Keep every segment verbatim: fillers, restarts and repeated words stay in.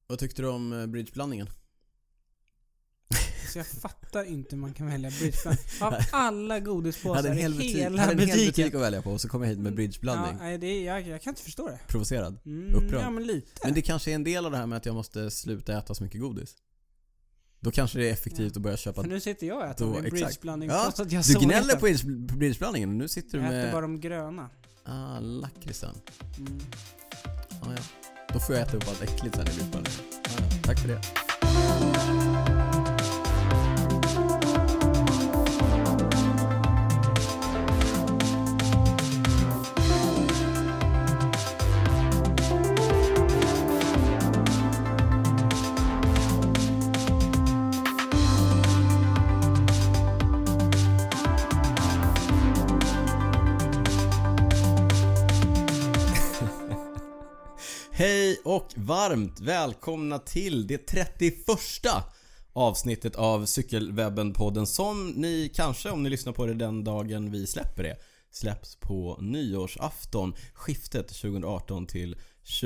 Vad tyckte du om eh, bridgeblandningen? Så jag fattar inte hur man kan välja bridgeblandning. Av alla godispåsar hade en hel i butik, hela hade en hel butiken. butik att välja på och så kom jag hit med bridgeblandning. Ja, nej, det är, jag, jag kan inte förstå det. Provocerad, Mm, upprörd. Ja, men lite. Men det kanske är en del av det här med att jag måste sluta äta så mycket godis. Då kanske det är effektivt Ja. att börja köpa. För nu sitter jag och äter då, en bridgeblandning. Ja, Trots att jag du såg gnäller den. på bridge- bridgeblandningen och nu sitter du Jag med... äter bara de gröna. Ah, lakritsen. Mm. Ah, ja. Då får jag äta upp allt äckligt sen i bridgeblandningen. Ah, ja. Tack för det. Hej och varmt välkomna till det trettioförsta avsnittet av Cykelwebben-podden som ni kanske, om ni lyssnar på det den dagen vi släpper det, släpps på nyårsafton, skiftet tjugoarton till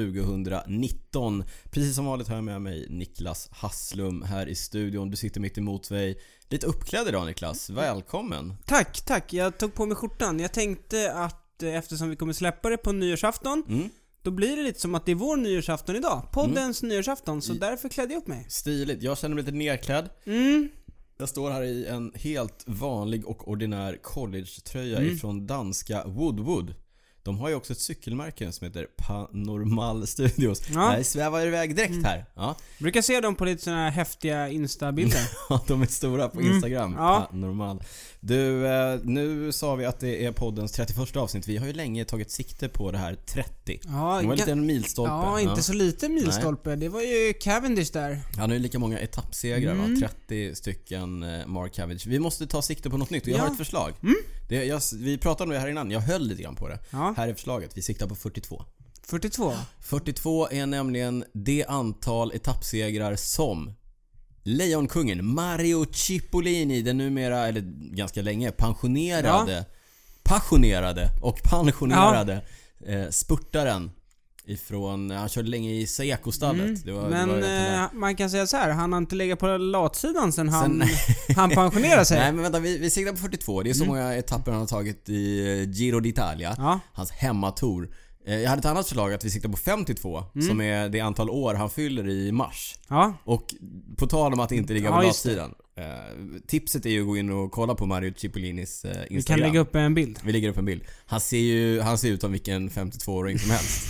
tjugonitton. Precis som vanligt har jag med mig Niklas Hasslum här i studion. Du sitter mitt emot mig. Lite uppklädd idag, Niklas. Välkommen. Tack, tack. Jag tog på mig skjortan. Jag tänkte att eh, eftersom vi kommer släppa det på nyårsafton, Mm. då blir det lite som att det är vår nyårsafton idag. Poddens mm. nyårsafton, så I... därför klädde jag upp mig. Stiligt. Jag känner mig lite nerklädd. Mm. Jag står här i en helt vanlig och ordinär college-tröja Mm. ifrån danska Woodwood. De har ju också ett cykelmärke som heter Panormal Studios. Ja. Nej, svävar iväg direkt här. Ja. Brukar se dem på lite såna här häftiga Insta-bilder. Ja, de är stora på Instagram. Mm. Ja. Panormal. Du, eh, nu sa vi att det är poddens trettioförsta avsnitt. Vi har ju länge tagit sikte på det här trettio. Ja, Det var ga- lite en milstolpe. ja, inte så lite milstolpe. Det var ju Cavendish där. Han har ju lika många etappsegrar, Mm. va? trettio stycken eh, Mark Cavendish. Vi måste ta sikte på något nytt och jag Ja. har ett förslag. Mm. Det, jag, vi pratade om det här innan, jag höll lite grann på det. Ja. Här är förslaget, vi siktar på fyrtiotvå. fyrtiotvå. fyrtiotvå är nämligen det antal etappsegrar som Lejonkungen Mario Cipollini, den numera, eller ganska länge, pensionerade, Ja. passionerade och pensionerade eh, spurtaren ifrån, han körde länge i Saeco-stallet. Mm. Det var, Men det var egentligen eh, man kan säga så här, han har inte legat på latsidan sen han, Sen- han pensionerade sig. Nej men vänta, vi, vi siktar på fyrtiotvå. Det är så Mm. många etapper han har tagit i eh, Giro d'Italia, Ja. hans hemmatour. Eh, Jag hade ett annat förslag att vi siktar på femtiotvå, Mm. som är det antal år han fyller i mars. Ja. Och på tal om att inte ligga Ja, på just det. latsidan, eh, tipset är ju att gå in och kolla på Mario Cipollinis eh, Instagram. Vi kan lägga upp en bild. Vi lägger upp en bild. Han ser ju, han ser ut som vilken femtiotvååring som helst.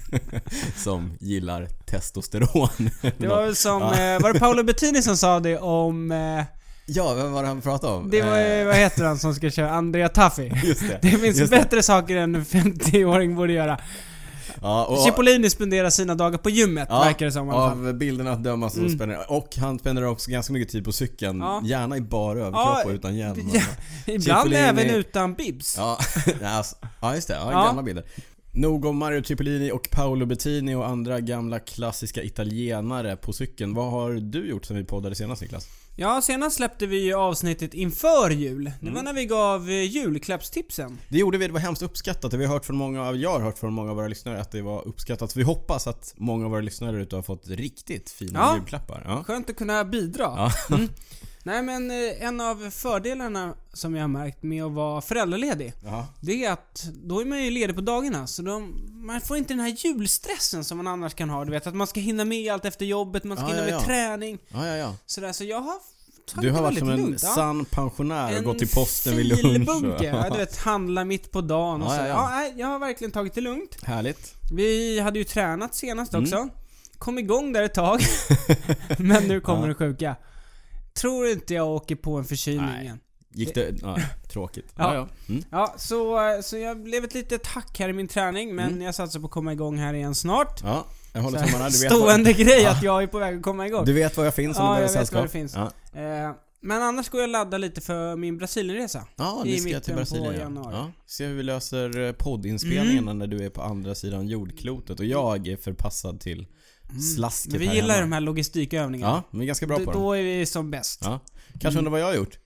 Som gillar testosteron. Det var väl som, Ja. eh, var det Paolo Bettini som sa det om, eh, Ja, vem var det han pratade om? det var, Eh, vad heter han som ska köra? Andrea Taffi. Just det. Det finns Just det. bättre saker än en femtioåring borde göra. Ja, och, Cipollini spenderar sina dagar på gymmet, ja, verkar det som i alla fall. av bilderna att döma så Mm. spenderar. Och han spenderar också ganska mycket tid på cykeln. Ja. Gärna i bara överkropp Ja, och utan hjälm. Ja, ibland Cipollini- även utan bibs. Ja, alltså, ja just det. Ja, Ja. gamla bilder. Nog om Mario Cipollini och Paolo Bettini och andra gamla klassiska italienare på cykeln. Vad har du gjort sen vi poddade senast, Niklas? Ja, senast släppte vi ju avsnittet inför jul. Det Mm. var när vi gav eh, julklappstipsen. Det gjorde vi, det var hemskt uppskattat. Vi har hört från många av, jag har hört från många av våra lyssnare att det var uppskattat. Vi hoppas att många av våra lyssnare ute har fått riktigt fina Ja. julklappar. Ja. Skönt att kunna bidra. Ja. Mm. Nej men eh, en av fördelarna som jag har märkt med att vara föräldraledig, Ja. det är att då är man ju ledig på dagarna. Så de, man får inte den här julstressen som man annars kan ha. Du vet att man ska hinna med allt efter jobbet, man ska Ja, hinna ja, med ja. träning. Ja, ja, ja. Sådär, så jag har tagit Du har det varit väldigt som en lugnt. ja. sann pensionär och gått till posten vid lunch. filbunke, ja, du vet, handla mitt på dagen och Ja, så. ja, Ja, ja. nej, jag har verkligen tagit det lugnt. Härligt. Vi hade ju tränat senast Mm. också. Kom igång där ett tag. Men nu kommer Ja. det sjuka. Tror inte jag åker på en förkylning Nej. igen. Gick det? Ja, tråkigt. Ja. Ja, ja. Mm. Ja, så, så jag blev ett litet hack här i min träning. Men Mm. jag satsar på att komma igång här igen snart. Ja, jag håller Så här, tummarna. Du vet, stående var, grej Ja. att jag är på väg att komma igång. du vet var jag finns om Ja, du behöver jag vet sällskap. var det finns. Ja, Eh, men annars går jag ladda lite för min Brasilienresa. ja I ni ska mitten till på Brasilien. januari. Ja. Se hur vi löser eh, poddinspelningarna Mm. när du är på andra sidan jordklotet. Och jag är förpassad till slasket Men vi här gillar hemma. de här logistikövningarna. Ja, vi är ganska bra D- på dem. Då är vi som bäst. Ja. Kanske Mm. undrar vad jag har gjort?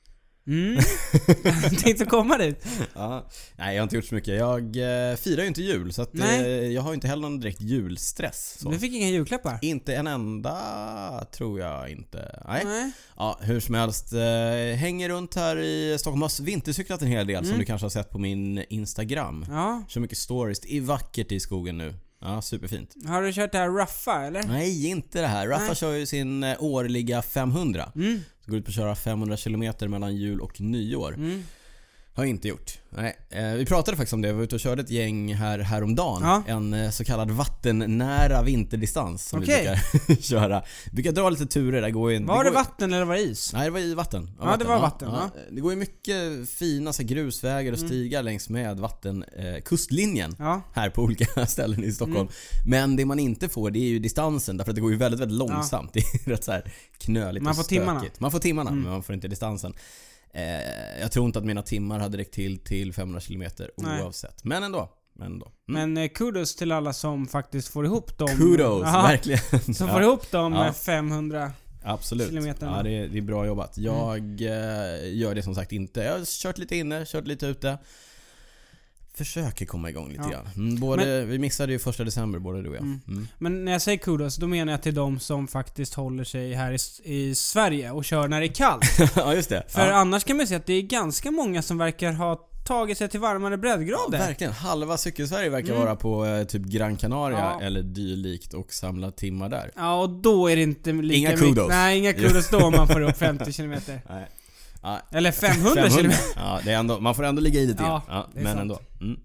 Mm. Jag tänkte komma dit. Ja. Nej, jag har inte gjort så mycket. Jag eh, firar ju inte jul, så att, eh, jag har inte heller någon direkt julstress. Så. Du fick inga julklappar? Inte en enda, tror jag inte. Nej. Nej. Ja, hur som helst. Eh, hänger runt här i Stockholm. Har vintercyklat en hel del, mm. som du kanske har sett på min Instagram. Ja. Så mycket stories. Det är vackert i skogen nu. Ja, superfint. Har du kört det här Ruffa, eller? Nej, inte det här. Ruffa kör ju sin årliga femhundra. Mm. Så går ut på att köra femhundra kilometer mellan jul och nyår. Mm. Har inte gjort. Nej. Eh, vi pratade faktiskt om det. Vi var ute och körde ett gäng här häromdagen. Ja. En eh, så kallad vattennära vinterdistans som Okej. vi brukar köra. Vi brukar dra lite turer. Där går in, Var det, det det vatten eller var det is? Nej, det var i vatten. Ja, vatten. det var vatten. Ja. Ja. Det går ju mycket fina så här, grusvägar och stigar mm. längs med vatten, eh, kustlinjen ja. här på olika ställen i Stockholm. Mm. Men det man inte får, det är ju distansen. Därför att det går ju väldigt, väldigt långsamt. Ja. Det är rätt så här knöligt man och får stökigt. Timmarna. Man får timmarna, mm. men man får inte distansen. Eh, jag tror inte att mina timmar hade räckt till till femhundra kilometer oavsett. Men ändå. Men, ändå. Mm. Men eh, kudos till alla som faktiskt får ihop dem. Kudos, Aha, verkligen. Som ja. får ihop dem ja. femhundra Absolut. kilometerna. Ja, det är, det är bra jobbat. Jag mm. eh, gör det som sagt inte. Jag har kört lite inne, kört lite ute. Försöker komma igång lite ja. grann. Mm, både, Men, vi missade ju första december både du och jag. Mm. Mm. Men när jag säger kudos, då menar jag till de som faktiskt håller sig här i, i Sverige och kör när det är kallt. Ja, just det. För ja. annars kan man säga att det är ganska många som verkar ha tagit sig till varmare breddgrader. Ja, verkligen. Halva Cykelsverige verkar mm. vara på eh, typ Gran Canaria ja. eller dylikt och samla timmar där. Ja, och då är det inte lika inga mycket. kudos. Nej, inga kudos då om man får upp femtio kilometer. Nej. Ja. Eller femhundra kilometer. Ja, det är ändå, man får ändå ligga i lite ja, ja, men sant. ändå. Mm.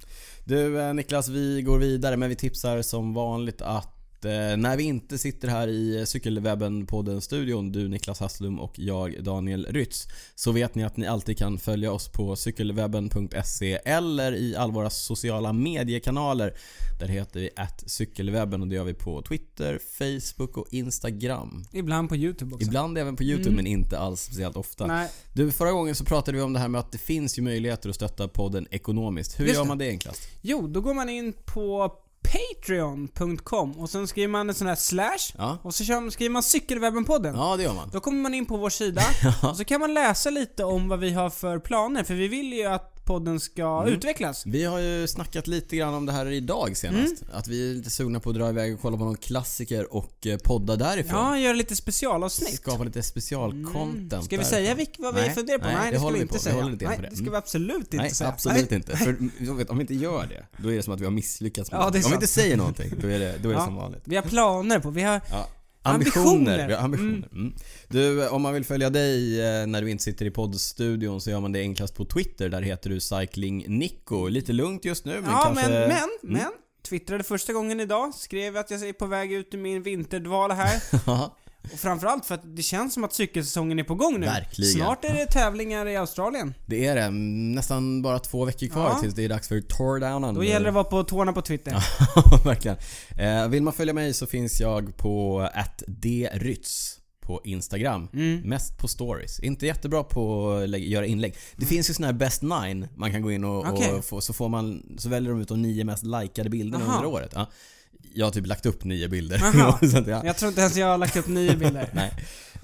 Du Niklas, vi går vidare, men vi tipsar som vanligt att eh, när vi inte sitter här i Cykelwebben-podden-studion, du Niklas Hasslum och jag Daniel Rytz, så vet ni att ni alltid kan följa oss på cykelwebben punkt se eller i all våra sociala mediekanaler. Där heter vi at cykelwebben och det gör vi på Twitter, Facebook och Instagram. Ibland på YouTube också. Ibland även på YouTube, mm. men inte alls speciellt ofta. Nej. Du, förra gången så pratade vi om det här med att det finns ju möjligheter att stötta podden ekonomiskt. Hur Just gör det. man det enklast? Jo, då går man in på patreon punkt com och sen skriver man en sån här slash ja. och så skriver man Cykelwebben-podden. Ja, det gör man. Då kommer man in på vår sida och så kan man läsa lite om vad vi har för planer, för vi vill ju att podden ska mm. utvecklas. Vi har ju snackat lite grann om det här idag senast. Mm. Att vi är lite sugna på att dra iväg och kolla på någon klassiker och podda därifrån. Ja, göra lite specialavsnitt. Skapa lite specialcontent. Mm. Ska vi säga vilk, vad vi funderar på? Nej, nej det, det ska vi inte på. säga. Nej, det. det ska vi absolut inte nej, säga. Absolut nej. inte. För vet, om vi inte gör det, då är det som att vi har misslyckats med ja, det. Om sant. vi inte säger någonting, då är det, då är det ja, som vanligt. Vi har planer på, vi har... Ja. Ambitioner. Ambitioner. ambitioner. Mm. Mm. Du, om man vill följa dig när du inte sitter i poddstudion så gör man det enklast på Twitter. Där heter du Cycling Nico. Lite lugnt just nu, men ja, kanske... men, men, mm. men twittrade första gången idag. Skrev att jag är på väg ut ur min vinterdvala här. Och framförallt för att det känns som att cykelsäsongen är på gång nu. Verkligen. Snart är det tävlingar i Australien. Det är det. Nästan bara två veckor kvar ja. tills det är dags för Tour Down Under. Då gäller det att vara på tårna på Twitter. Ja, verkligen. Eh, vill man följa mig så finns jag på at drytz på Instagram. Mm. Mest på stories. Inte jättebra på att göra inlägg. Det mm. finns ju såna här best nine. Man kan gå in och, okay. och få, så får man så väljer de ut de nio mest likade bilderna Aha. under året. Ja. Jag har typ lagt upp nio bilder. Så att, ja. Jag tror inte ens jag har lagt upp nio bilder. Nej.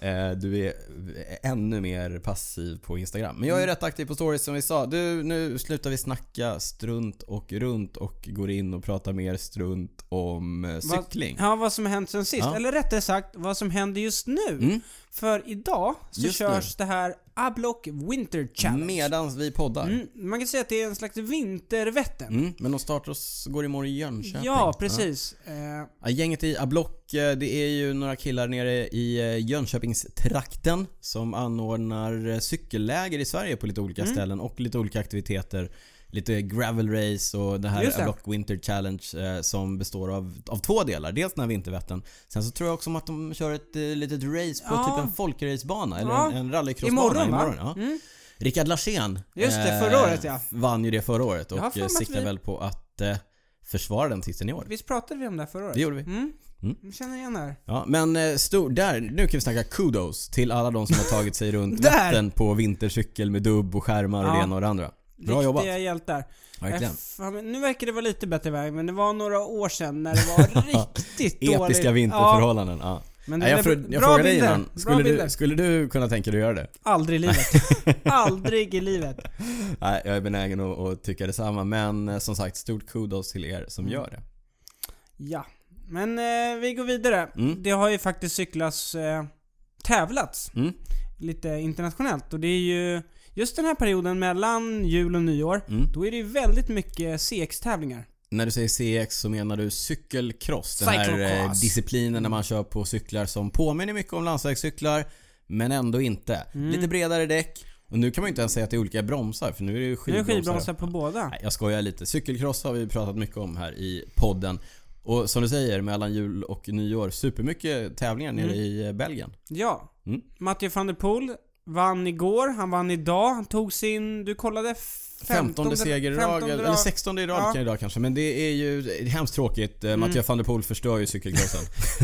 Du är ännu mer passiv på Instagram. Men jag är mm. rätt aktiv på stories som vi sa. Du, nu slutar vi snacka strunt och runt och går in och pratar mer strunt om cykling. Vad, ja, vad som har hänt sen sist. Ja. Eller rättare sagt, vad som händer just nu. Mm. För idag så just körs nu. det här A-Block Winter Challenge. Medans vi poddar. Mm. Man kan säga att det är en slags vintervätten. Mm. Men de startar oss går imorgon i Jönköping. Ja, precis. Ja. Uh. Gänget i A-Block, det är ju några killar nere i Jönköpingstrakten som anordnar cykelläger i Sverige på lite olika mm. ställen och lite olika aktiviteter. Lite gravel race och det här A-Block Winter Challenge eh, som består av, av två delar. Dels den här vintervätten. Sen så tror jag också om att de kör ett eh, litet race på ja. typ en folkracebana eller ja. en, en rallycrossbana imorgon, imorgon ja. mm. Rickard Larsén Just det, förra året ja. vann ju det förra året och siktar vi... väl på att eh, försvara den titeln i år. Visst pratade vi om det här förra året? Det gjorde vi. Mm. Mm. Jag känner igen det här. Ja, men eh, stor, där, nu kan vi snacka kudos till alla de som har tagit sig runt vätten på vintercykel med dubb och skärmar och ja. det ena och det andra. Bra jobbat. Riktiga hjältar. Verkligen. Äh, nu verkar det vara lite bättre väg, men det var några år sedan när det var riktigt dåligt. Episka vinterförhållanden. Ja. Men det Nej, jag, är för, jag bra frågade dig bilder. innan, Bra skulle bilder. du, skulle du kunna tänka dig att göra det? Aldrig i livet. Aldrig i livet. Nej, jag är benägen att, att tycka detsamma. Men eh, som sagt, stort kudos till er som Mm. gör det. Ja, men eh, vi går vidare. Mm. Det har ju faktiskt cyklas eh, tävlats Mm. lite internationellt. Och det är ju just den här perioden mellan jul och nyår. Mm. Då är det ju väldigt mycket C X-tävlingar. När du säger C X så menar du cykelcross. Den här eh, Cyclocross. disciplinen när man kör på cyklar som påminner mycket om landsvägscyklar, men ändå inte. Mm. Lite bredare däck. Och nu kan man ju inte ens säga att det är olika bromsar, för nu är det ju Nu är skivbromsar. skivbromsar på båda. Nej, jag skojar lite. Cykelcross har vi pratat mycket om här i podden. Och som du säger, mellan jul och nyår, supermycket tävlingar nere Mm. i Belgien. Ja. Mm. Mathieu van der Poel vann igår, han vann idag, han tog sin, du kollade femtonde seger i rad, eller sextonde i rad Ja. kan idag kanske. Men det är ju det är hemskt tråkigt. Mm. Mathieu van der Poel förstör ju cykelcrossen.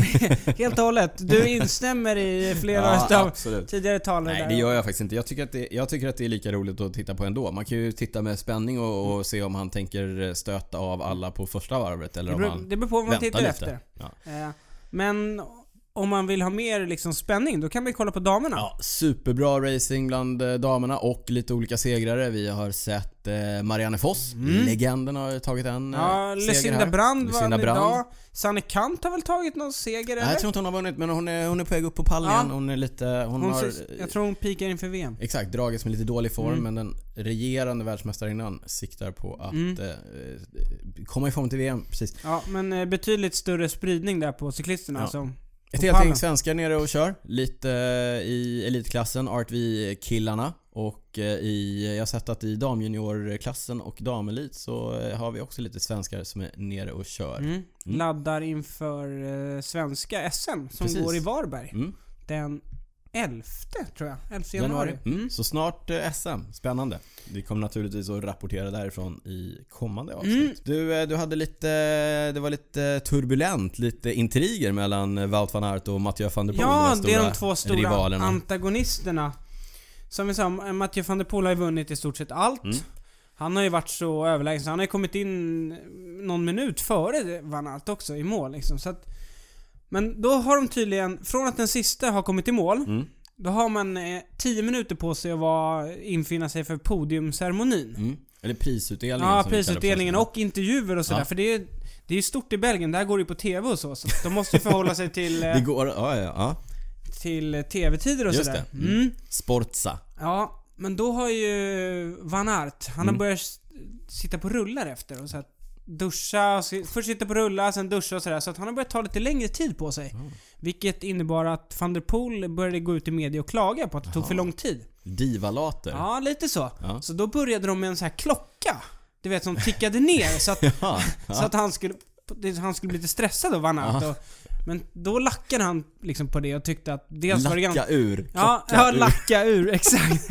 Helt och hållet. Du instämmer i flera Ja, av absolut. tidigare talare Nej, där. det gör jag faktiskt inte. Jag tycker, att det, jag tycker att det är lika roligt att titta på ändå. Man kan ju titta med spänning och, och se om han tänker stöta av alla på första varvet eller Det om beror, han det beror på vad man väntar tittar lite. efter. Ja. Eh, Men om man vill ha mer liksom spänning, då kan man ju kolla på damerna. Ja, superbra racing bland eh, damerna och lite olika segrare. Vi har sett eh, Marianne Foss, Mm. legenden, har tagit en eh, Ja, seger Lucinda här. Brand Lucinda vann Brand. idag. Sanne Kant har väl tagit någon seger, Nej, eller? jag tror inte hon har vunnit, men hon är, hon är på väg upp på pallen Ja. igen. Hon är lite, hon, Hon har ser, jag tror hon pikar inför V M. exakt dragits med lite dålig form, Mm. men den regerande världsmästarinnan siktar på att Mm. eh, komma i form till V M, precis. Ja, men eh, betydligt större spridning där på cyklisterna. Ja. Som Ett på helt gäng pallen. svenskar nere och kör. Lite eh, i elitklassen, R T V-killarna. Och eh, i, jag har sett att i damjuniorklassen och damelit så eh, har vi också lite svenskar som är nere och kör. Mm. Mm. Laddar inför eh, svenska S M som Precis. går i Varberg. Mm. Den elfte tror jag. elfte januari. Januari. Mm. Så snart eh, S M. Spännande. Vi kommer naturligtvis att rapportera därifrån i kommande avsnitt. Mm. Du, eh, du hade lite, det var lite turbulent, lite intriger mellan Wout van Aert och Mathieu van der Poel. Ja, de det är stora de två stora rivalerna. antagonisterna. Som vi sa, Mathieu van der Poel har ju vunnit i stort sett allt. Mm. Han har ju varit så överlägsen, så han har ju kommit in någon minut före Van Aert också i mål liksom. Så att, men då har de tydligen, från att den sista har kommit i mål, Mm. då har man eh, tio minuter på sig att vara, infinna sig för podiumceremonin. Mm. Eller prisutdelningen. Ja, som vi kallar det på prisutdelningen svenska. och intervjuer och sådär. Ja. För det är, det är ju stort i Belgien, där går det ju på tv och så. Så de måste ju förhålla sig till, eh, Det går, ja, ja, ja. till tv-tider och Just sådär. det. Mm. Mm. Sportsa. Ja, men då har ju Van Aert, han Mm. har börjat s- sitta på rullar efter och så att duscha, och si- först sitta på rullar, sen duscha och sådär. Så att han har börjat ta lite längre tid på sig. Mm. Vilket innebar att Van der Poel började gå ut i media och klaga på att det tog Jaha. för lång tid. Divalater. Ja, lite så. Ja. Så då började de med en så här klocka. Du vet, som tickade ner så att, Ja, ja. så att han skulle det- han skulle bli lite stressad av Van Aert. Ja. Och, men då lackade han liksom på det och tyckte att dels var det ganska... Lacka ur. Ja, Klocka ja, ur. lacka ur, exakt.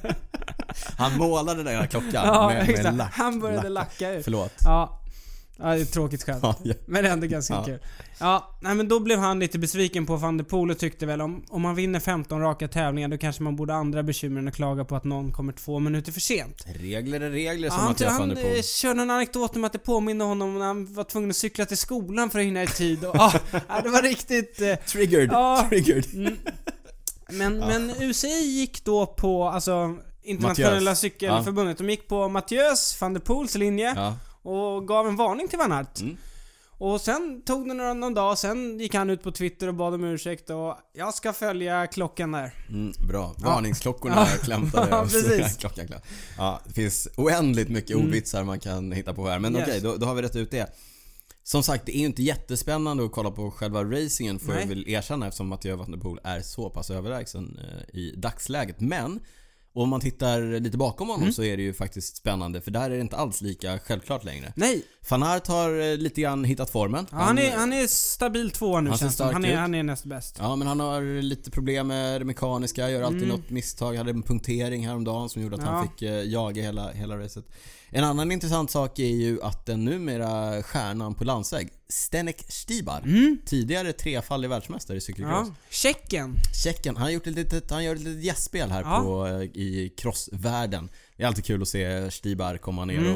Han målade den här klockan Ja, med, med exakt. lack. Han började lack. lacka ut. Förlåt. Ja. Ja, det är ett tråkigt skämt. Ja, ja. Men ändå ganska Ja. kul. Ja, nej men då blev han lite besviken på Van der Poel och tyckte väl om, om man vinner femton raka tävlingar då kanske man borde ha andra bekymmer än att klaga på att någon kommer två minuter för sent. Regler är regler Ja, som han Mathieu van han der eh, Poel. körde en anekdot om att det påminner honom när han var tvungen att cykla till skolan för att hinna i tid. Och, ja, ja, det var riktigt... Eh, Triggered. Ja. Triggered. mm. Men, Ja. men U C I gick då på, alltså internationella Mathieu's. cykelförbundet. De gick på Mathieu's, Van der Poels linje. Ja. Och gav en varning till Van Aert. Mm. Och sen tog det några, någon dag, sen gick han ut på Twitter och bad om ursäkt och jag ska följa klockan där. Mm, bra. Ja. Varningsklockorna Ja. är klämtade. Ja, precis. Klockan klar. Ja, det finns oändligt mycket Mm. ordvitsar man kan hitta på här. Men Yes. okej, då, då har vi rätt ut det. Som sagt, det är ju inte jättespännande att kolla på själva racingen, får Nej. jag väl erkänna, eftersom Mathieu van der Poel är så pass överlägsen eh, i dagsläget. Men om man tittar lite bakom honom Mm. så är det ju faktiskt spännande, för där är det inte alls lika självklart längre. Nej, Van Aert har eh, lite grann hittat formen. ja, han, är, han är stabil tvåa nu Han ser känns det som. stark han är, ut. han är näst bäst. Ja, men han har lite problem med det mekaniska, gör alltid Mm. något misstag. Hade en punktering häromdagen som gjorde att Ja. han fick eh, jaga hela, hela racet. En annan intressant sak är ju att den numera stjärnan på landsväg, Zdeněk Stybar, Mm. tidigare trefaldig världsmästare i cykelcross. Ja, Tjeckien. Tjeckien, han har gjort ett litet, han gör ett litet gästspel här Ja. på, eh, i crossvärlden. Det är alltid kul att se Stybar komma ner Mm. och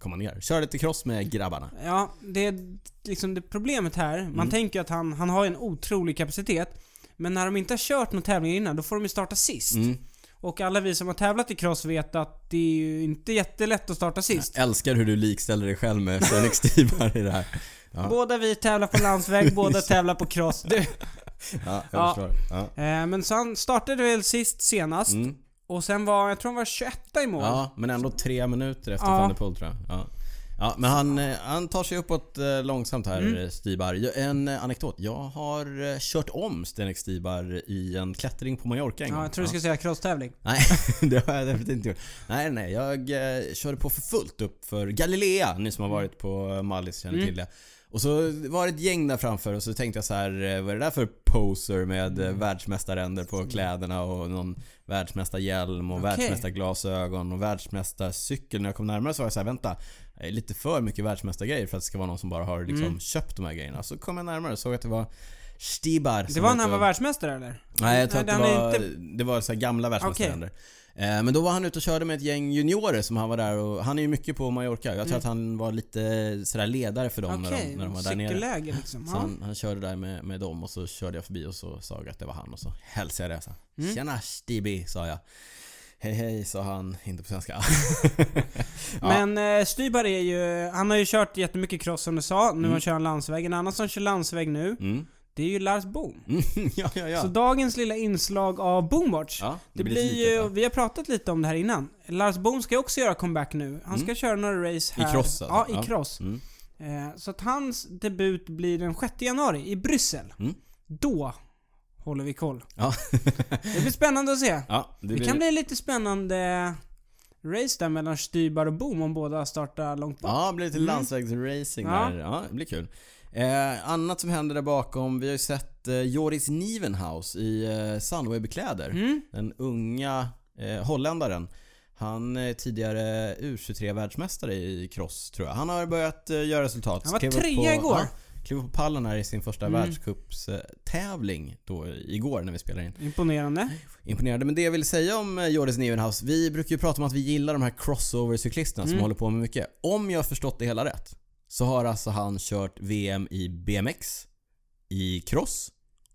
komma ner. Kör lite cross med grabbarna. Ja, det är liksom det problemet här. Man Mm. tänker att han, han har en otrolig kapacitet. Men när de inte har kört någon tävling innan, då får de ju starta sist. Mm. Och alla vi som har tävlat i cross vet att det är ju inte jättelätt att starta sist. Jag älskar hur du likställer dig själv med Sten X-Stibar i det här. Ja. Båda vi tävlar på landsväg, båda tävlar på cross. Du. Ja, jag Ja. förstår. Ja. Eh, men så han startade väl sist senast. Mm. Och sen var, jag tror han var tjugoett i mål. Ja, men ändå tre minuter efter Ja. Van der Poel, tror jag. Ja. Ja, men han, eh, han tar sig uppåt eh, långsamt här, Mm. mm. Stibar. Jag- En eh, anekdot. Jag har eh, kört om Sten X-Stibar i en klättring på Mallorca en Ja, gång. jag tror du ska säga crosstävling. Nej, det har jag definitivt inte gjort. Nej, nej, jag eh, körde på för fullt upp för Galilea. Ni som har varit på Mallis känner Mm. till det. Och så var det ett gäng där framför och så tänkte jag så här: eh, vad är det där för poser med eh, världsmästaränder på kläderna och någon världsmästarhjälm och Okej. världsmästarglasögon och världsmästarcykel. När jag kom närmare så var jag så här: vänta, det är lite för mycket världsmästargrejer för att det ska vara någon som bara har liksom Mm. köpt de här grejerna. Så kom jag närmare och såg att det var Stibar. Det var när han var världsmästare eller? Nej, jag tror att det han är var, inte- det var så här gamla världsmästaränder. Eh, Men då var han ute och körde med ett gäng juniorer som han var där och han är ju mycket på Mallorca. Jag tror Mm. att han var lite sådär ledare för dem när, Okej, de, när de var där nere. cykelläge liksom. Så Ja. han, han körde där med, med dem och så körde jag förbi och så sa jag att det var han och så hälsade jag så. Mm. Tjena Stibi, sa jag. Hej hej, sa han, inte på svenska. Ja. Men eh, Stibar är ju, han har ju kört jättemycket cross som du sa. Nu Mm. kör han landsväg. En annan som kör landsväg nu, Mm. det är ju Lars Boom. Mm, ja, ja, ja. Så dagens lilla inslag av Boomwatch. ja Det blir lite ju, litet, va? vi har pratat lite om det här innan. Lars Boom ska ju också göra comeback nu. Han ska Mm. köra några race I här. cross alltså? Ja, i Ja. cross. Mm. Eh, så att hans debut blir den sjätte januari i Bryssel. Mm. Då håller vi koll. Ja. Det blir spännande att se. Ja, det, Det blir... kan bli lite spännande race där mellan Stibar och Boom om båda startar långt bak. Ja, det blir lite Mm. landsvägsracing Ja. där. Ja, det blir kul. Eh, annat som händer där bakom, vi har ju sett eh, Joris Nieuwenhuis i eh, Sunweb-kläder. Mm. Den unga eh, holländaren. Han är tidigare U tjugotre-världsmästare i cross, tror jag. Han har börjat eh, göra resultat. Han var Klev upp trea på, igår. Ja, klev upp på pallen här i sin första Mm. världscupstävling då igår när vi spelade in. Imponerande. Imponerande. Men det jag vill säga om eh, Joris Nieuwenhuis, vi brukar ju prata om att vi gillar de här crossover-cyklisterna som Mm. håller på med mycket. Om jag har förstått det hela rätt så har alltså han kört V M i B M X, i cross,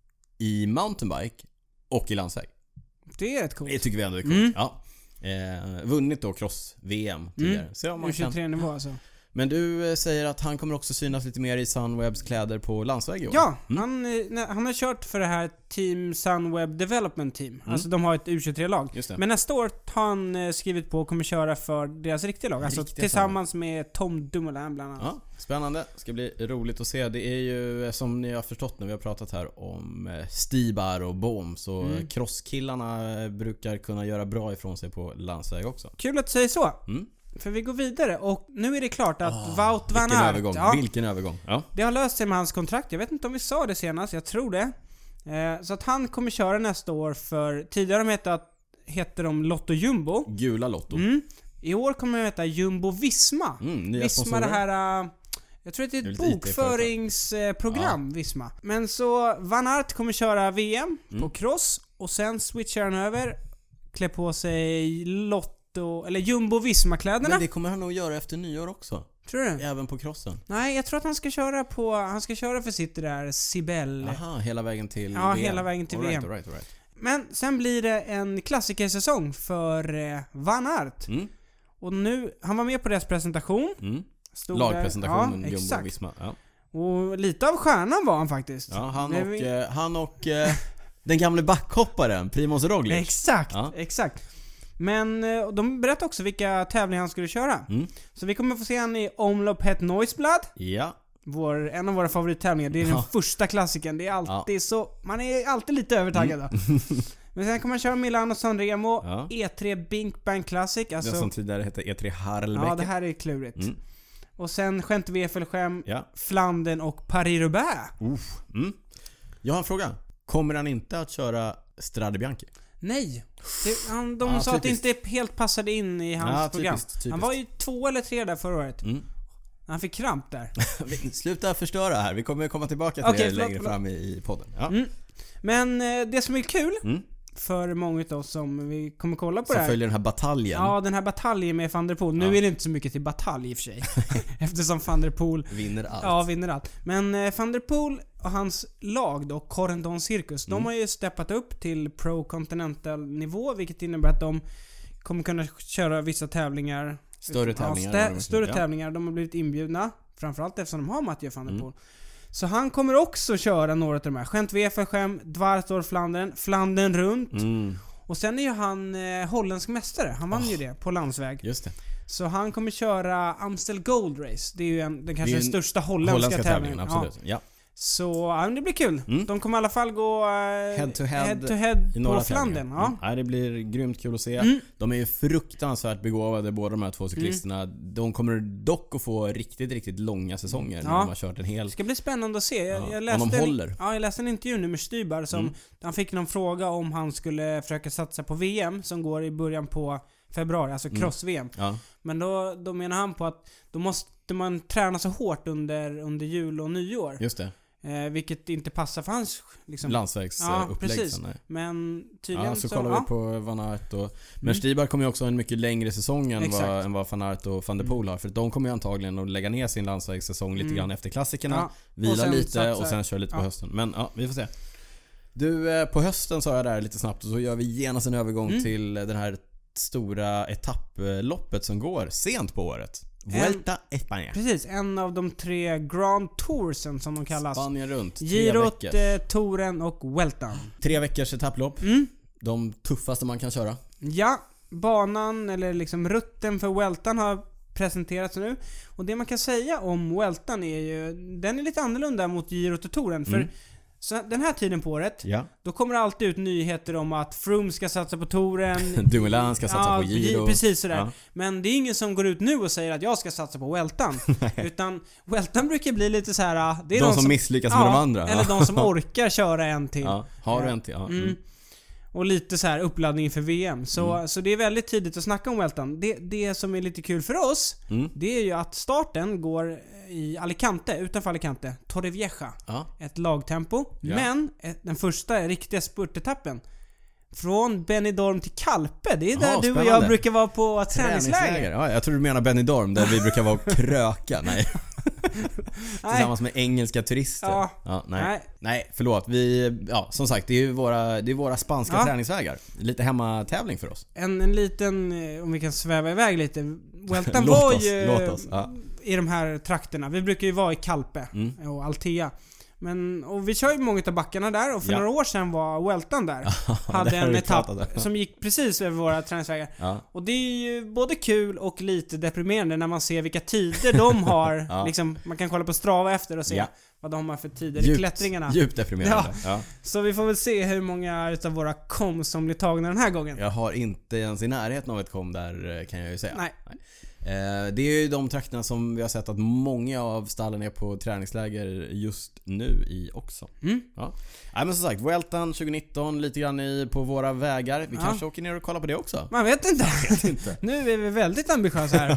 i mountainbike och i landsväg. Det är rätt coolt. Det tycker vi ändå är coolt. Mm. Ja. Eh, vunnit då cross-V M tidigare. Mm. Så om man U kan... tjugotre-nivå alltså. Men du eh, säger att han kommer också synas lite mer i Sunwebs kläder på landsväg i år. Ja, Mm. han, eh, nej, han har kört för det här Team Sunweb Development Team. Mm. Alltså de har ett U tjugotre-lag. Just det. Men nästa år har han eh, skrivit på och kommer köra för deras riktiga lag. Alltså Riktiga tillsammans med Tom Dumoulin bland annat. Ja, spännande. Ska bli roligt att se. Det är ju eh, som ni har förstått när vi har pratat här om eh, Stibar och Bohm, så Mm. crosskillarna eh, brukar kunna göra bra ifrån sig på landsväg också. Kul att du säger så. Mm. För vi går vidare och nu är det klart att Ah, Wout van Vilken Aert, övergång. ja, Vilken övergång. Ja. det har löst sig med hans kontrakt. Jag vet inte om vi sa det senast, jag tror det. Eh, så att han kommer köra nästa år för, tidigare de hette, hette de Lotto Jumbo. Gula Lotto. Mm. I år kommer de heta Jumbo Visma. Mm, nya Visma sponsorer. det här... Uh, jag tror att det är Det är ett lite I T-företag. bokföringsprogram, Visma. Men så Van Aert kommer köra V M Mm. på cross och sen switchar han över, klär på sig Lotto, eller Jumbo Visma-kläderna. Men det kommer han nog göra efter nyår också. Tror du? Även på crossen. Nej, jag tror att han ska köra på, han ska köra för sitt där Sibel. Aha, hela vägen till Ja, V M. hela vägen till all right, V M. all right, all right. Men sen blir det en klassikersäsong för eh, Van Aert. Mm. Och nu, han var med på deras presentation. Mm. Stod Lagpresentationen, där. Ja, Jumbo exakt. Visma. Ja. Och lite av stjärnan var han faktiskt. Ja, han Det och, vi- eh, han och eh, den gamle backhopparen Primoz Roglic. Exakt, Ja. exakt. Men eh, de berättade också vilka tävlingar han skulle köra. Mm. Så vi kommer få se han i Omloop Het Nieuwsblad. Ja. Vår, en av våra favorittävlingar. Det är den Ja. första klassikern. Det är alltid så... Man är alltid lite övertaggad då. Men sen kommer han köra Milano Sanremo, Ja. E tre Bink Bang Classic. Alltså, Det som tidigare hette E tre Harlebeke. ja, det här är klurigt. Mm. Och sen Gent-Wevelgem, Ja. Flandern och Paris-Roubaix. Uff. Mm. Jag har en fråga. Kommer han inte att köra Strade Bianchi? Nej. Det, han, de Ja, sa att det typiskt. inte helt passade in i hans Ja, program. typiskt, typiskt. Han var ju två eller tre där förra året. Mm. Han fick kramp där. Sluta förstöra här. Vi kommer komma tillbaka till Okej, det förlåt, längre förlåt. fram i, i podden. Ja. Mm. Men eh, det som är kul, Mm. för många av oss som vi kommer kolla på Så det här. följer den här bataljen. Ja, den här bataljen med Van der Poel. Nu Ja. är det inte så mycket till batalj i och för sig. Eftersom Van der Poel Vinner allt. Ja, vinner allt. Men eh, Van der Poel och hans lag då, Corendon Circus, Mm. de har ju steppat upp till Pro Continental nivå, vilket innebär att de kommer kunna köra vissa tävlingar. Större tävlingar. Ja, än stä- de- större ja. tävlingar. De har blivit inbjudna, framförallt eftersom de har Mathieu van der Mm. Poel. Så han kommer också köra några av de här. Gent-Wevelgem, Dwarsdorf, Flandern, Flandern runt. Mm, Och sen är ju han eh, holländsk mästare. Han vann Oh. ju det på landsväg. just det. Så han kommer köra Amstel Gold Race. Det är ju en, den kanske Det är den en största holländska, Holländska tävlingen. tävlingen, absolut. Ja. Så ja, det blir kul. Mm. De kommer i alla fall gå eh, Head to head to head I några på Flandern. tävlingar. Ja. Mm. Nej, det blir grymt kul att se. Mm. De är ju fruktansvärt begåvade, båda de här två cyklisterna. De kommer dock att få riktigt, riktigt långa säsonger när Ja. de har kört en hel... Det ska bli spännande att se. Jag, Ja, jag, om läste de en, håller. ja, jag läste en intervju nu med Stybar som Mm. han fick någon fråga om han skulle försöka satsa på V M som går i början på februari, alltså Mm. cross-V M. Ja, Men då, då menar han på att då måste man träna så hårt under, under jul och nyår. just det. Eh, vilket inte passar för hans liksom, Landsvägsupplägg. Ja, precis. sen, nej. Men tydligen Ja, så, så... kollar ja. vi på Van Aert och... Men Mm. Stybar kommer ju också ha en mycket längre säsong än Exakt. vad, än vad Van Aert och Van der Poel har. För de kommer ju antagligen att lägga ner sin landsvägssäsong lite Mm. grann efter klassikerna. Ja. Vila Och sen lite satsa- och sen köra lite på ja. hösten. Men ja, vi får se. Du, eh, på hösten sa jag där lite snabbt och så gör vi genast en övergång Mm. till den här stora etapploppet som går sent på året. Vuelta España. Precis, en av de tre Grand Toursen som de kallas. Spanien runt. Tre Girot, veckor. eh, Touren och Vueltan. Tre veckors etapplopp. Mm. De tuffaste man kan köra. Ja, banan eller liksom rutten för Vueltan har presenterats nu. Och det man kan säga om Vueltan är ju, den är lite annorlunda mot Girot och Touren. För Mm. så den här tiden på året, Ja. då kommer det alltid ut nyheter om att Froome ska satsa på Touren. Dumoulin ska satsa på Giro. Precis sådär. Ja. Men det är ingen som går ut nu och säger att jag ska satsa på Vueltan. Utan Vueltan brukar bli lite så här. Det är De som misslyckas med de andra. Eller de som orkar köra en till. Ja. Har du en till? Ja. Mm. Mm. Och lite så här uppladdning inför V M. Så, Mm. så det är väldigt tidigt att snacka om Vueltan. Det, det som är lite kul för oss, Mm. det är ju att starten går i Alicante, utanför Alicante. Torrevieja. Ja. Ett lagtempo. Ja. Men ett, den första riktiga spurtetappen från Benidorm till Kalpe. Det är där Jaha, du och jag spännande. brukar vara på träningsläger. Ja, jag tror du menar Benidorm där vi brukar vara och kröka. Nej. Tillsammans med engelska turister. Ja. Ja, nej. Nej. nej, förlåt. Vi, ja, som sagt, det är ju våra, det är våra spanska Ja. träningsvägar. Lite hemmatävling för oss. En, en liten, eh, om vi kan sväva iväg lite. Vueltan Låt var oss, ju låt oss, ja. i de här trakterna. Vi brukar ju vara i Kalpe Mm. och Altea. Men, och vi kör ju många av backarna där och för Ja. några år sedan var Vueltan där. det Hade har en vi etapp pratat om. som gick precis över våra träningsvägar. Ja. Och det är ju både kul och lite deprimerande när man ser vilka tider de har. Ja. Liksom, man kan kolla på Strava efter och se Ja. vad de har för tider i klättringarna. Djupt deprimerande. Ja. Så vi får väl se hur många utav våra kom som blir tagna den här gången. Jag har inte ens i närheten av ett kom där, kan jag ju säga. Nej. Eh, Det är ju de trakterna som vi har sett att många av stallen är på träningsläger just nu i också. Mm. Ja. Nej, men som sagt, Vueltan tjugonitton lite grann i, på våra vägar. Vi Ja. kanske åker ner och kollar på det också. Man vet inte. Inte. Nu är vi väldigt ambitiösa här.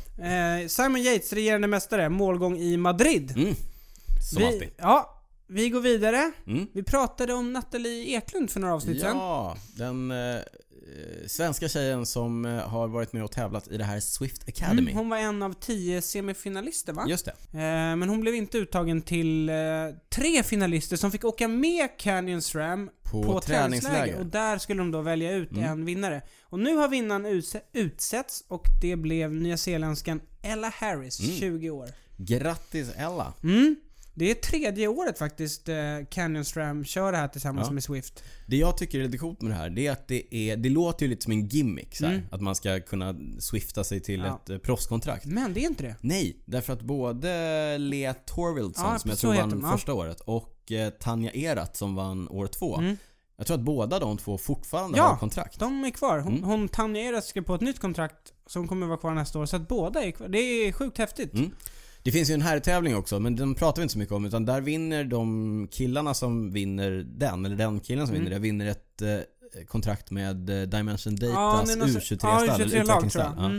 eh, Simon Yates, regerande mästare, målgång i Madrid. Mm. Som alltid. Vi, ja, vi går vidare. Mm. Vi pratade om Nathalie Eklund för några avsnitt sedan. Ja, den eh, svenska tjejen som eh, har varit med och tävlat i det här Swift Academy. Mm, hon var en av tio semifinalister va? Just det. Eh, men hon blev inte uttagen till eh, tre finalister som fick åka med Canyon SRAM På, på träningsläger. träningsläger. Och där skulle de då välja ut Mm. en vinnare. Och nu har vinnaren utse- utsetts och det blev nyzeeländskan Ella Harris, Mm. tjugo år. Grattis Ella. Mm. Det är tredje året faktiskt eh, Canyon SRAM kör det här tillsammans Ja. med Swift. Det jag tycker är lite coolt med det här, det är att det är, det låter ju lite som en gimmick så här, Mm. att man ska kunna swifta sig till Ja. ett eh, proffskontrakt. Men det är inte det. Nej, därför att både Lea Torvildsson Ja, som jag så tror heter vann de, ja. första året och eh, Tanja Erat som vann år två. Mm. Jag tror att båda de två fortfarande Ja, har kontrakt. De är kvar. Hon, Mm. hon Tanja Eras ska på ett nytt kontrakt som kommer vara kvar nästa år. Så att båda är kvar. Det är sjukt häftigt. Mm. Det finns ju en herrtävling också, men den pratar vi inte så mycket om, utan där vinner de killarna som vinner den, eller den killen som Mm. vinner det, vinner ett eh, kontrakt med eh, Dimension Ja, Datas det är någon- U tjugotre-stall, ja, eller U tjugotre-lag tror utvecklingsstall. jag. Ja. Mm.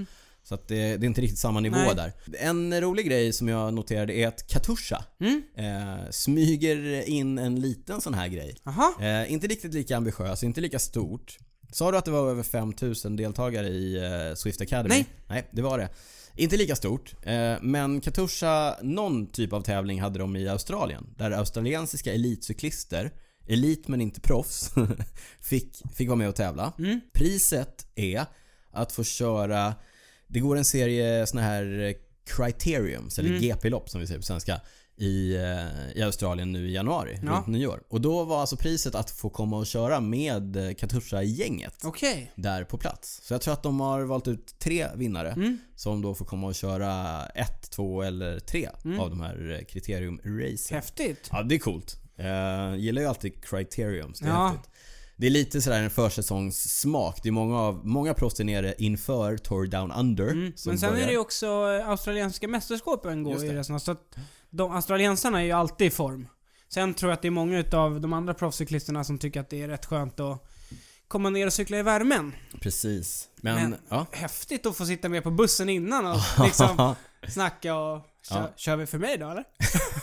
Så att det, det är inte riktigt samma nivå Nej. där. En rolig grej som jag noterade är att Katusha Mm. eh, smyger in en liten sån här grej. Aha. Eh, inte riktigt lika ambitiös, inte lika stort. Sa du att det var över fem tusen deltagare i eh, Swift Academy? Nej. Nej, det var det. Inte lika stort, eh, men Katusha, någon typ av tävling hade de i Australien. Där australiensiska elitcyklister, elit men inte proffs, fick, fick vara med och tävla. Mm. Priset är att få köra, det går en serie såna här criteriums, eller Mm. G P-lopp som vi säger på svenska, i, i Australien nu i januari, Ja. runt nyår. Och då var alltså priset att få komma och köra med Katusha-gänget Okej. där på plats. Så jag tror att de har valt ut tre vinnare Mm. som då får komma och köra ett, två eller tre Mm. av de här kriterium-racen. Häftigt. Ja, det är coolt. Jag gillar ju alltid criteriums, det är Ja. häftigt. Det är lite sådär en försäsongssmak. Det är många av många proffs är nere inför Tour Down Under. Mm. som Men sen börjar. är det ju också eh, australienska mästerskapen går Just i det. resten. Så att de australiensarna är ju alltid i form. Sen tror jag att det är många utav de andra proffscyklisterna som tycker att det är rätt skönt att komma ner och cykla i värmen. Precis. Men, Men ja. häftigt att få sitta med på bussen innan och liksom snacka och kör, Ja. kör vi för mig då eller?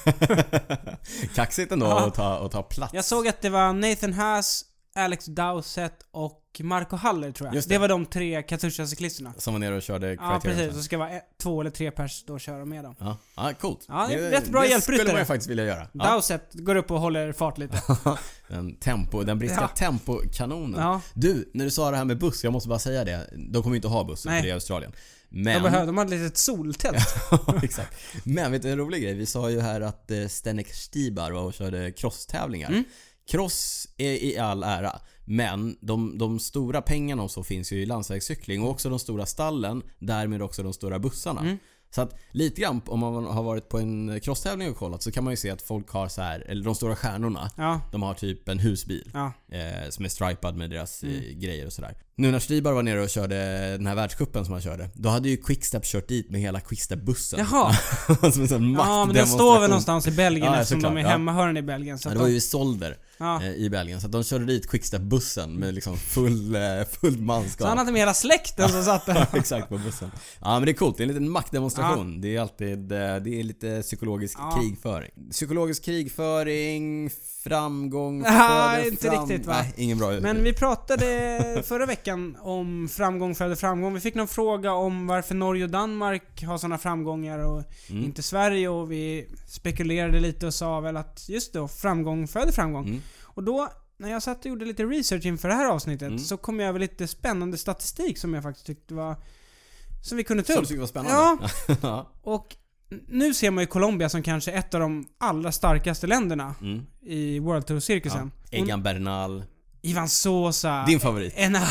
Kaxigt ändå Ja. att ta, att ta plats. Jag såg att det var Nathan Haas, Alex Dowsett och Marco Haller tror jag. Just Det. det. var de tre Katusha-cyklisterna. Som var nere och körde Ja criterium. precis, så ska vara ett, två eller tre pers då och köra med dem. Ja, ja, coolt. Ja, det är rätt bra hjälpryttare. Det skulle man ju faktiskt vilja göra. Ja. Dowsett går upp och håller fart lite. Den, tempo, den brittiska Ja. tempokanonen. Ja. Du, när du sa det här med buss, jag måste bara säga det. De kommer ju inte ha buss Nej. för det är Australien. De, Men... behöver, de har ett litet soltält. Exakt. Men vet du en rolig grej? Vi sa ju här att eh, Zdeněk Stybar var och körde crosstävlingar. Mm. Cross är i all ära, men de, de stora pengarna och så finns ju i landsvägscykling och också de stora stallen, därmed också de stora bussarna. Mm. Så att lite grann, om man har varit på en crosstävling och kollat, så kan man ju se att folk har så här, eller de stora stjärnorna, Ja, de har typ en husbil ja. eh, som är stripad med deras Mm. eh, grejer och sådär. Nu när Stybar var nere och körde den här världscupen som han körde, då hade ju Quickstep kört dit med hela Quickstep-bussen. Jaha. Som en sån Ja, men den står väl maktdemonstration. någonstans i Belgien Ja, eftersom såklart, de är ja. hemmahörande i Belgien. Så Ja, att det var de, ju i Solder ja. eh, i Belgien. Så att de körde dit Quickstep-bussen med liksom full, eh, full manskap. Så han hade med hela släkten som satt där. Exakt, på bussen. Ja, men det är coolt. Det är en liten maktdemonstration. Det är alltid, eh, det är lite psykologisk Ja. krigföring. Psykologisk krigföring, framgång, Nej, föder inte fram... riktigt, va? Nej, ingen bra. Men vi pratade förra veckan om framgång föder framgång. Vi fick någon fråga om varför Norge och Danmark har såna framgångar och Mm. inte Sverige, och vi spekulerade lite och sa väl att just då, framgång föder framgång. Mm. Och då, när jag satt och gjorde lite research inför det här avsnittet, Mm. så kom jag över lite spännande statistik som jag faktiskt tyckte var, som vi kunde ta Så du upp. tycker det var spännande? Ja. Och nu ser man ju Colombia som kanske ett av de allra starkaste länderna Mm. i World Tour-cirkusen. Ja. Egan Bernal. Ivan Sosa. Din favorit. Henao.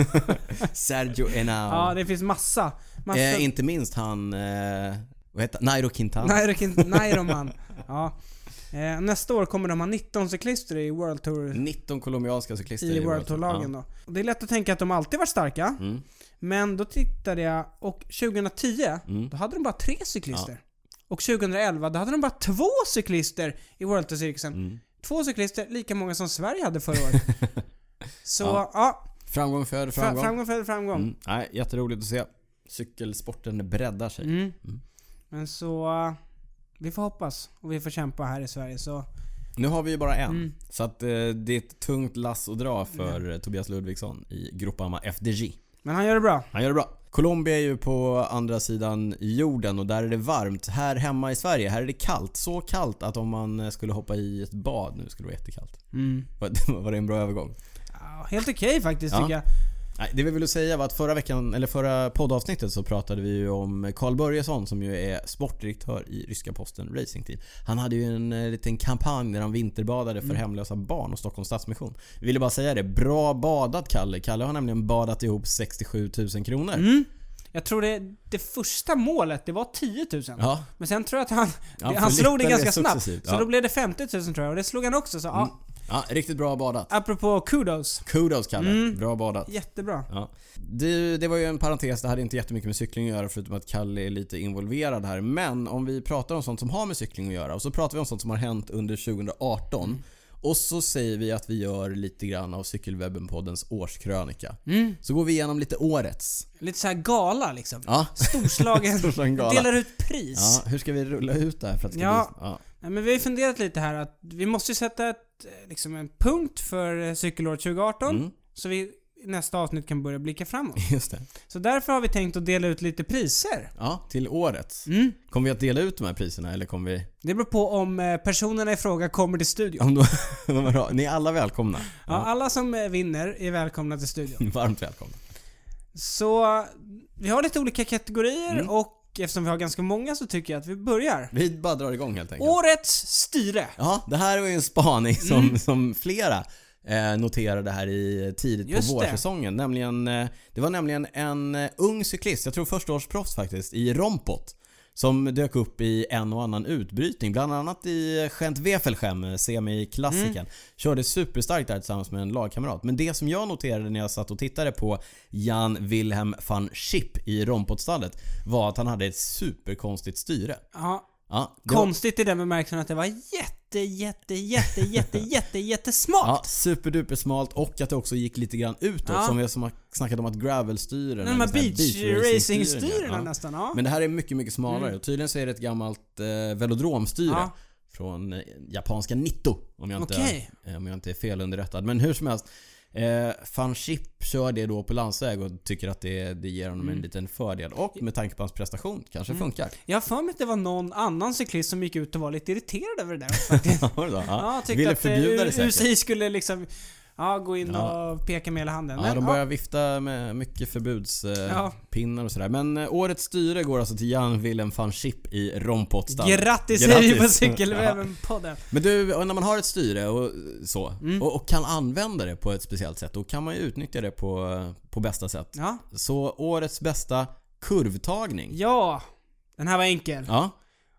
Sergio Henao. Ja, det finns massa. massa. eh, inte minst han... Eh, vad heter han? Nairo Quintana. Nairo, Quint- Nairo man. Ja. Eh, nästa år kommer de ha nitton cyklister i World Tour, nitton colombianska cyklister i World Tour-lagen då. Och det är lätt att tänka att de alltid varit starka. Ja. Mm. Men då tittade jag, och tjugohundratio, Mm. då hade de bara tre cyklister. Och tjugohundraelva, då hade de bara två cyklister i World Tour-cirkusen. Mm. Två cyklister, lika många som Sverige hade förra året. Så, ja. Ja. Framgång föder Framgång. framgång. Framgång för framgång. Mm. Nej, jätteroligt att se. Cykelsporten breddar sig. Mm. Mm. Men så, uh, vi får hoppas. Och vi får kämpa här i Sverige, så... Nu har vi ju bara en. Mm. Så att eh, det är ett tungt lass att dra för eh, Tobias Ludvigsson i Groupama F D J. Men han gör det bra. Han gör det bra. Colombia är ju på andra sidan jorden och där är det varmt. Här hemma i Sverige, här är det kallt. Så kallt att om man skulle hoppa i ett bad nu skulle det vara jättekallt. Mm. Var, var det en bra övergång? Ja, helt okej faktiskt, Ja. tycker jag. Nej, det vi ville säga var att förra veckan, eller förra poddavsnittet, så pratade vi ju om Carl Börjesson som ju är sportdirektör i ryska Posten Racing Team. Han hade ju en eh, liten kampanj där han vinterbadade för Mm. hemlösa barn och Stockholms Stadsmission. Vi ville bara säga det, bra badat Kalle. Kalle har nämligen badat ihop sextiosju tusen kronor. Mm. Jag tror det, det första målet, det var tio tusen. Ja, Men sen tror jag att han, Ja, han slog det flyttade ganska det snabbt. successivt, Så ja. då blev det femtio tusen tror jag, och det slog han också. Så Mm. ja, ja, riktigt bra badat. apropå kudos. Kudos Kalle, Mm. bra badat. Jättebra. Ja. Det, det var ju en parentes, det hade inte jättemycket med cykling att göra förutom att Kalle är lite involverad här. Men om vi pratar om sånt som har med cykling att göra, och så pratar vi om sånt som har hänt under tjugoarton. Och så säger vi att vi gör lite grann av Cykelwebben-poddens årskrönika. Mm. Så går vi igenom lite årets. Lite så här gala liksom. Ja. Storslagen. Storslagen gala. Delar ut pris. Ja, hur ska vi rulla ut det här för att det ska Ja. bli... Ja. Nej, men vi har ju funderat lite här att vi måste ju sätta ett, liksom en punkt för cykelåret tjugo arton. Mm. Så vi i nästa avsnitt kan börja blicka framåt. Just det. Så därför har vi tänkt att dela ut lite priser. Ja, till årets. Mm. Kommer vi att dela ut de här priserna eller kommer vi... Det beror på om eh, personerna i fråga kommer till studion. Om de... Ni är alla välkomna. Ja, alla som eh, vinner är välkomna till studion. Varmt välkomna. Så vi har lite olika kategorier Mm. och eftersom vi har ganska många så tycker jag att vi börjar. Vi bara drar igång helt enkelt. Årets styre. Ja, det här var ju en spaning som, Mm. som flera eh, noterade här i tidigt Just på det. vårsäsongen. Nämligen, eh, det var nämligen en eh, ung cyklist, jag tror förstaårsproffs faktiskt, i Rompot. Som dök upp i en och annan utbrytning. Bland annat i Gent-Wevelgem, semi-klassikern. Mm. Körde superstarkt där tillsammans med en lagkamrat. Men det som jag noterade när jag satt och tittade på Jan Wilhelm van Schip i Rompotstallet var att han hade ett superkonstigt styre. Ja, Ja, det var- konstigt i den bemärkelsen att det var jätte, jätte, jätte, jätte, jätte, jättesmalt. Ja, superduper smalt och att det också gick lite grann utåt. Ja. Som vi som har snackat om att gravelstyren De här beach racing ja. styrena nästan, ja. Men det här är mycket, mycket smalare. Mm. Och tydligen så är det ett gammalt eh, velodromstyre Ja. från eh, japanska Nitto. Om jag, inte, Okej. eh, om jag inte är felunderrättad. Men hur som helst. Eh, van Schip kör det då på landsväg och tycker att det, det ger honom Mm. en liten fördel. Och med tanke på hans prestation kanske Mm. funkar. Jag har för mig att det var någon annan cyklist som gick ut och var lite irriterad över det där faktiskt. Ja, då, ja. Ja, tyckte Ville att förbjuda det eh, säkert. U C I skulle liksom ja, gå in Ja. och peka med hela handen. Ja, Men, de ja. börjar vifta med mycket förbudspinnar Ja. pinnar och sådär. Men eh, årets styre går alltså till Jan Willem van Schip i Rompotstad. Grattis säger vi på Cykelwebben-podden. Men du, när man har ett styre och så Mm. och, och kan använda det på ett speciellt sätt, då kan man ju utnyttja det på, på bästa sätt. Ja. Så årets bästa kurvtagning. Ja, den här var enkel. Ja,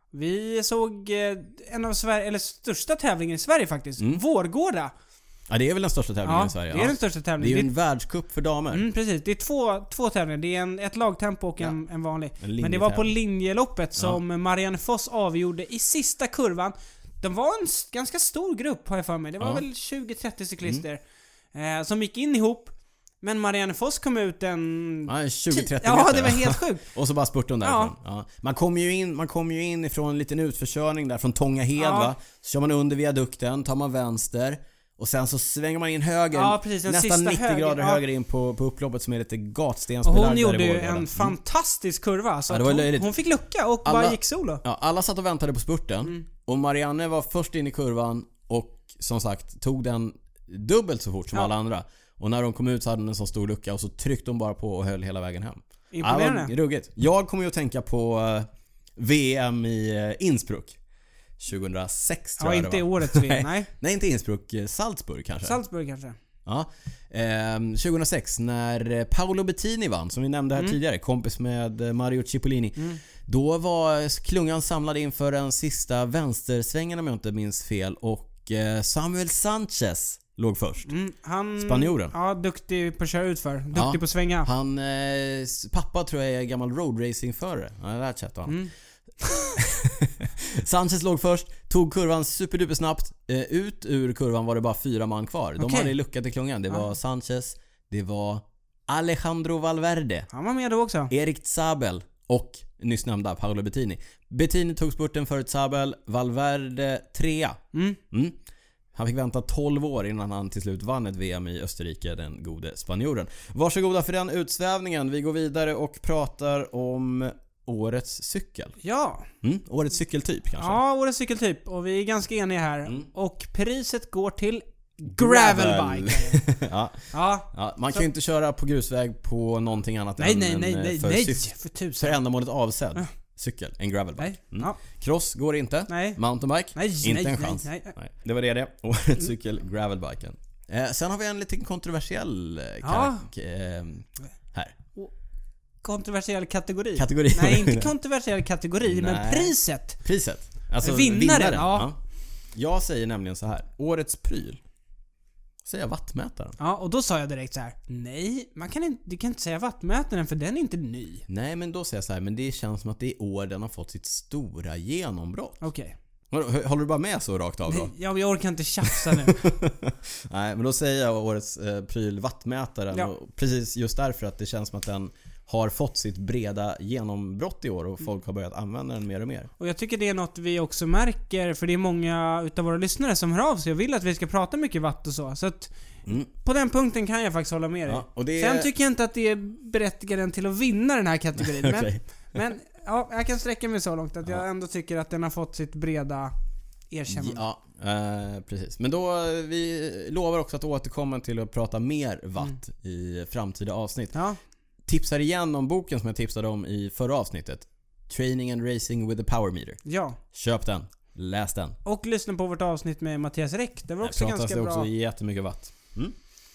Vi såg eh, en av Sverige, eller största tävlingen i Sverige faktiskt. Mm. Vårgårda. ja det är väl den största tävlingen Ja, i Sverige. det är Ja. den största Det är tävlingen. ju Det en världscup för damer. Mm, precis. Det är två, två tävlingar. Det är en, ett lagtempo och en, en vanlig. En Men det var på linjetävling. linjeloppet som Marianne Foss avgjorde i sista kurvan. De var en s- ganska stor grupp har jag för mig. Det var Ja. väl tjugo trettio cyklister eh, som gick in ihop. Men Marianne Foss kom ut en... Ja, tjugo trettio Ja, meter. det var helt sjukt. Och så bara spurtade hon därifrån. Ja. Man kommer ju in, man kommer ju in ifrån en liten utförkörning där från Tångahed, Ja. va? Så kör man under viadukten, tar man vänster och sen så svänger man in höger. Ja, precis, den nästan sista nittio höger, grader ja. höger in på, på upploppet som är lite Och gatstensbelagd. hon där gjorde i ju Vårgårda. en Mm. fantastisk kurva. Så Ja, det att var hon, löjligt. hon fick lucka och Alla- bara gick solo. Ja, alla satt och väntade på spurten. Mm. Och Marianne var först in i kurvan och som sagt tog den dubbelt så fort som Ja. alla andra. Och när de kom ut så hade den en så stor lucka och så tryckte hon bara på och höll hela vägen hem. Ja, det var Imponerande. ruggigt. Jag kommer ju att tänka på eh, V M i eh, Innsbruck tjugohundrasex tror Ja, jag inte det var. årets V M. Nej. Nej, inte Innsbruck, eh, Salzburg kanske. Salzburg kanske. Ja. Ehm, tjugohundrasex när eh, Paolo Bettini vann, som vi nämnde här Mm. tidigare, kompis med eh, Mario Cipollini. Mm. Då var klungan samlad inför den sista vänstersvängen om jag inte minns fel och eh, Samuel Sanchez låg först. Mm, han... Spanjoren. Ja, duktig på att köra ut för. Duktig Ja. på att svänga. Han, eh, s- pappa tror jag är gammal roadracingförare. Han har lärt sig att han. Mm. Sanchez låg först, tog kurvan superduper snabbt. Eh, ut ur kurvan var det bara fyra man kvar. De Okej. hade luckat i klungan. Det var Ja. Sanchez, det var Alejandro Valverde, Han var med då också. Erik Zabel och nyss nämnda Paolo Bettini. Bettini tog spurten för ett Zabel, Valverde trea. Mm. Mm. Han fick vänta tolv år innan han till slut vann ett V M i Österrike, den gode spanjoren. Varsågoda för den utsvävningen. Vi går vidare och pratar om årets cykel. Ja. Mm, årets cykeltyp kanske. Ja, årets cykeltyp. Och vi är ganska eniga här. Mm. Och priset går till gravelbike. ja, Ja. ja, man Så- kan ju inte köra på grusväg på någonting annat Nej, än nej, en, nej, eh, nej, för, nej. syft- För för tusen. ändamålet avsedd Ja. cykel, en gravelbike. Nej. Mm. Ja. Cross går inte. Nej. Mountainbike, Nej, inte nej, en nej, chans. nej. Mm. Nej, det var det det. Årets cykel, gravelbiken. Eh, sen har vi en liten kontroversiell eh, Ja. karak- eh, här. Kontroversiell kategori. Kategori. Nej, inte kontroversiell kategori, men Nej. priset. Priset. Alltså Vinnaren, vinnaren. ja. Jag säger nämligen så här. Årets pryl. Säger jag wattmätaren? Ja, och då sa jag direkt så här: nej, man kan inte, du kan inte säga wattmätaren för den är inte ny. Nej, men då säger jag så här. Men det känns som att det är år den har fått sitt stora genombrott. Okej. Håller du bara med så rakt av då? Ja, jag orkar inte tjafsa nu. Nej, men då säger jag årets eh, pryl wattmätaren. Ja. Och precis just därför att det känns som att den har fått sitt breda genombrott i år och folk har börjat använda den mer och mer. Och jag tycker det är något vi också märker, för det är många utav våra lyssnare som hör av sig och vill att vi ska prata mycket watt och så. Så att Mm. på den punkten kan jag faktiskt hålla med dig. Ja, och det... Sen tycker jag inte att det är berättigande till att vinna den här kategorin. Men, okay. men ja, jag kan sträcka mig så långt att jag ändå tycker att den har fått sitt breda erkännande. Ja, eh, precis. Men då, vi lovar också att återkomma till att prata mer watt mm. i framtida avsnitt. Ja. Tipsar igen om boken som jag tipsade om i förra avsnittet. Training and Racing with the Power Meter. Ja. Köp den. Läs den. Och lyssna på vårt avsnitt med Mattias Räck. Det var också Där ganska det bra. också jättemycket watt. Mm.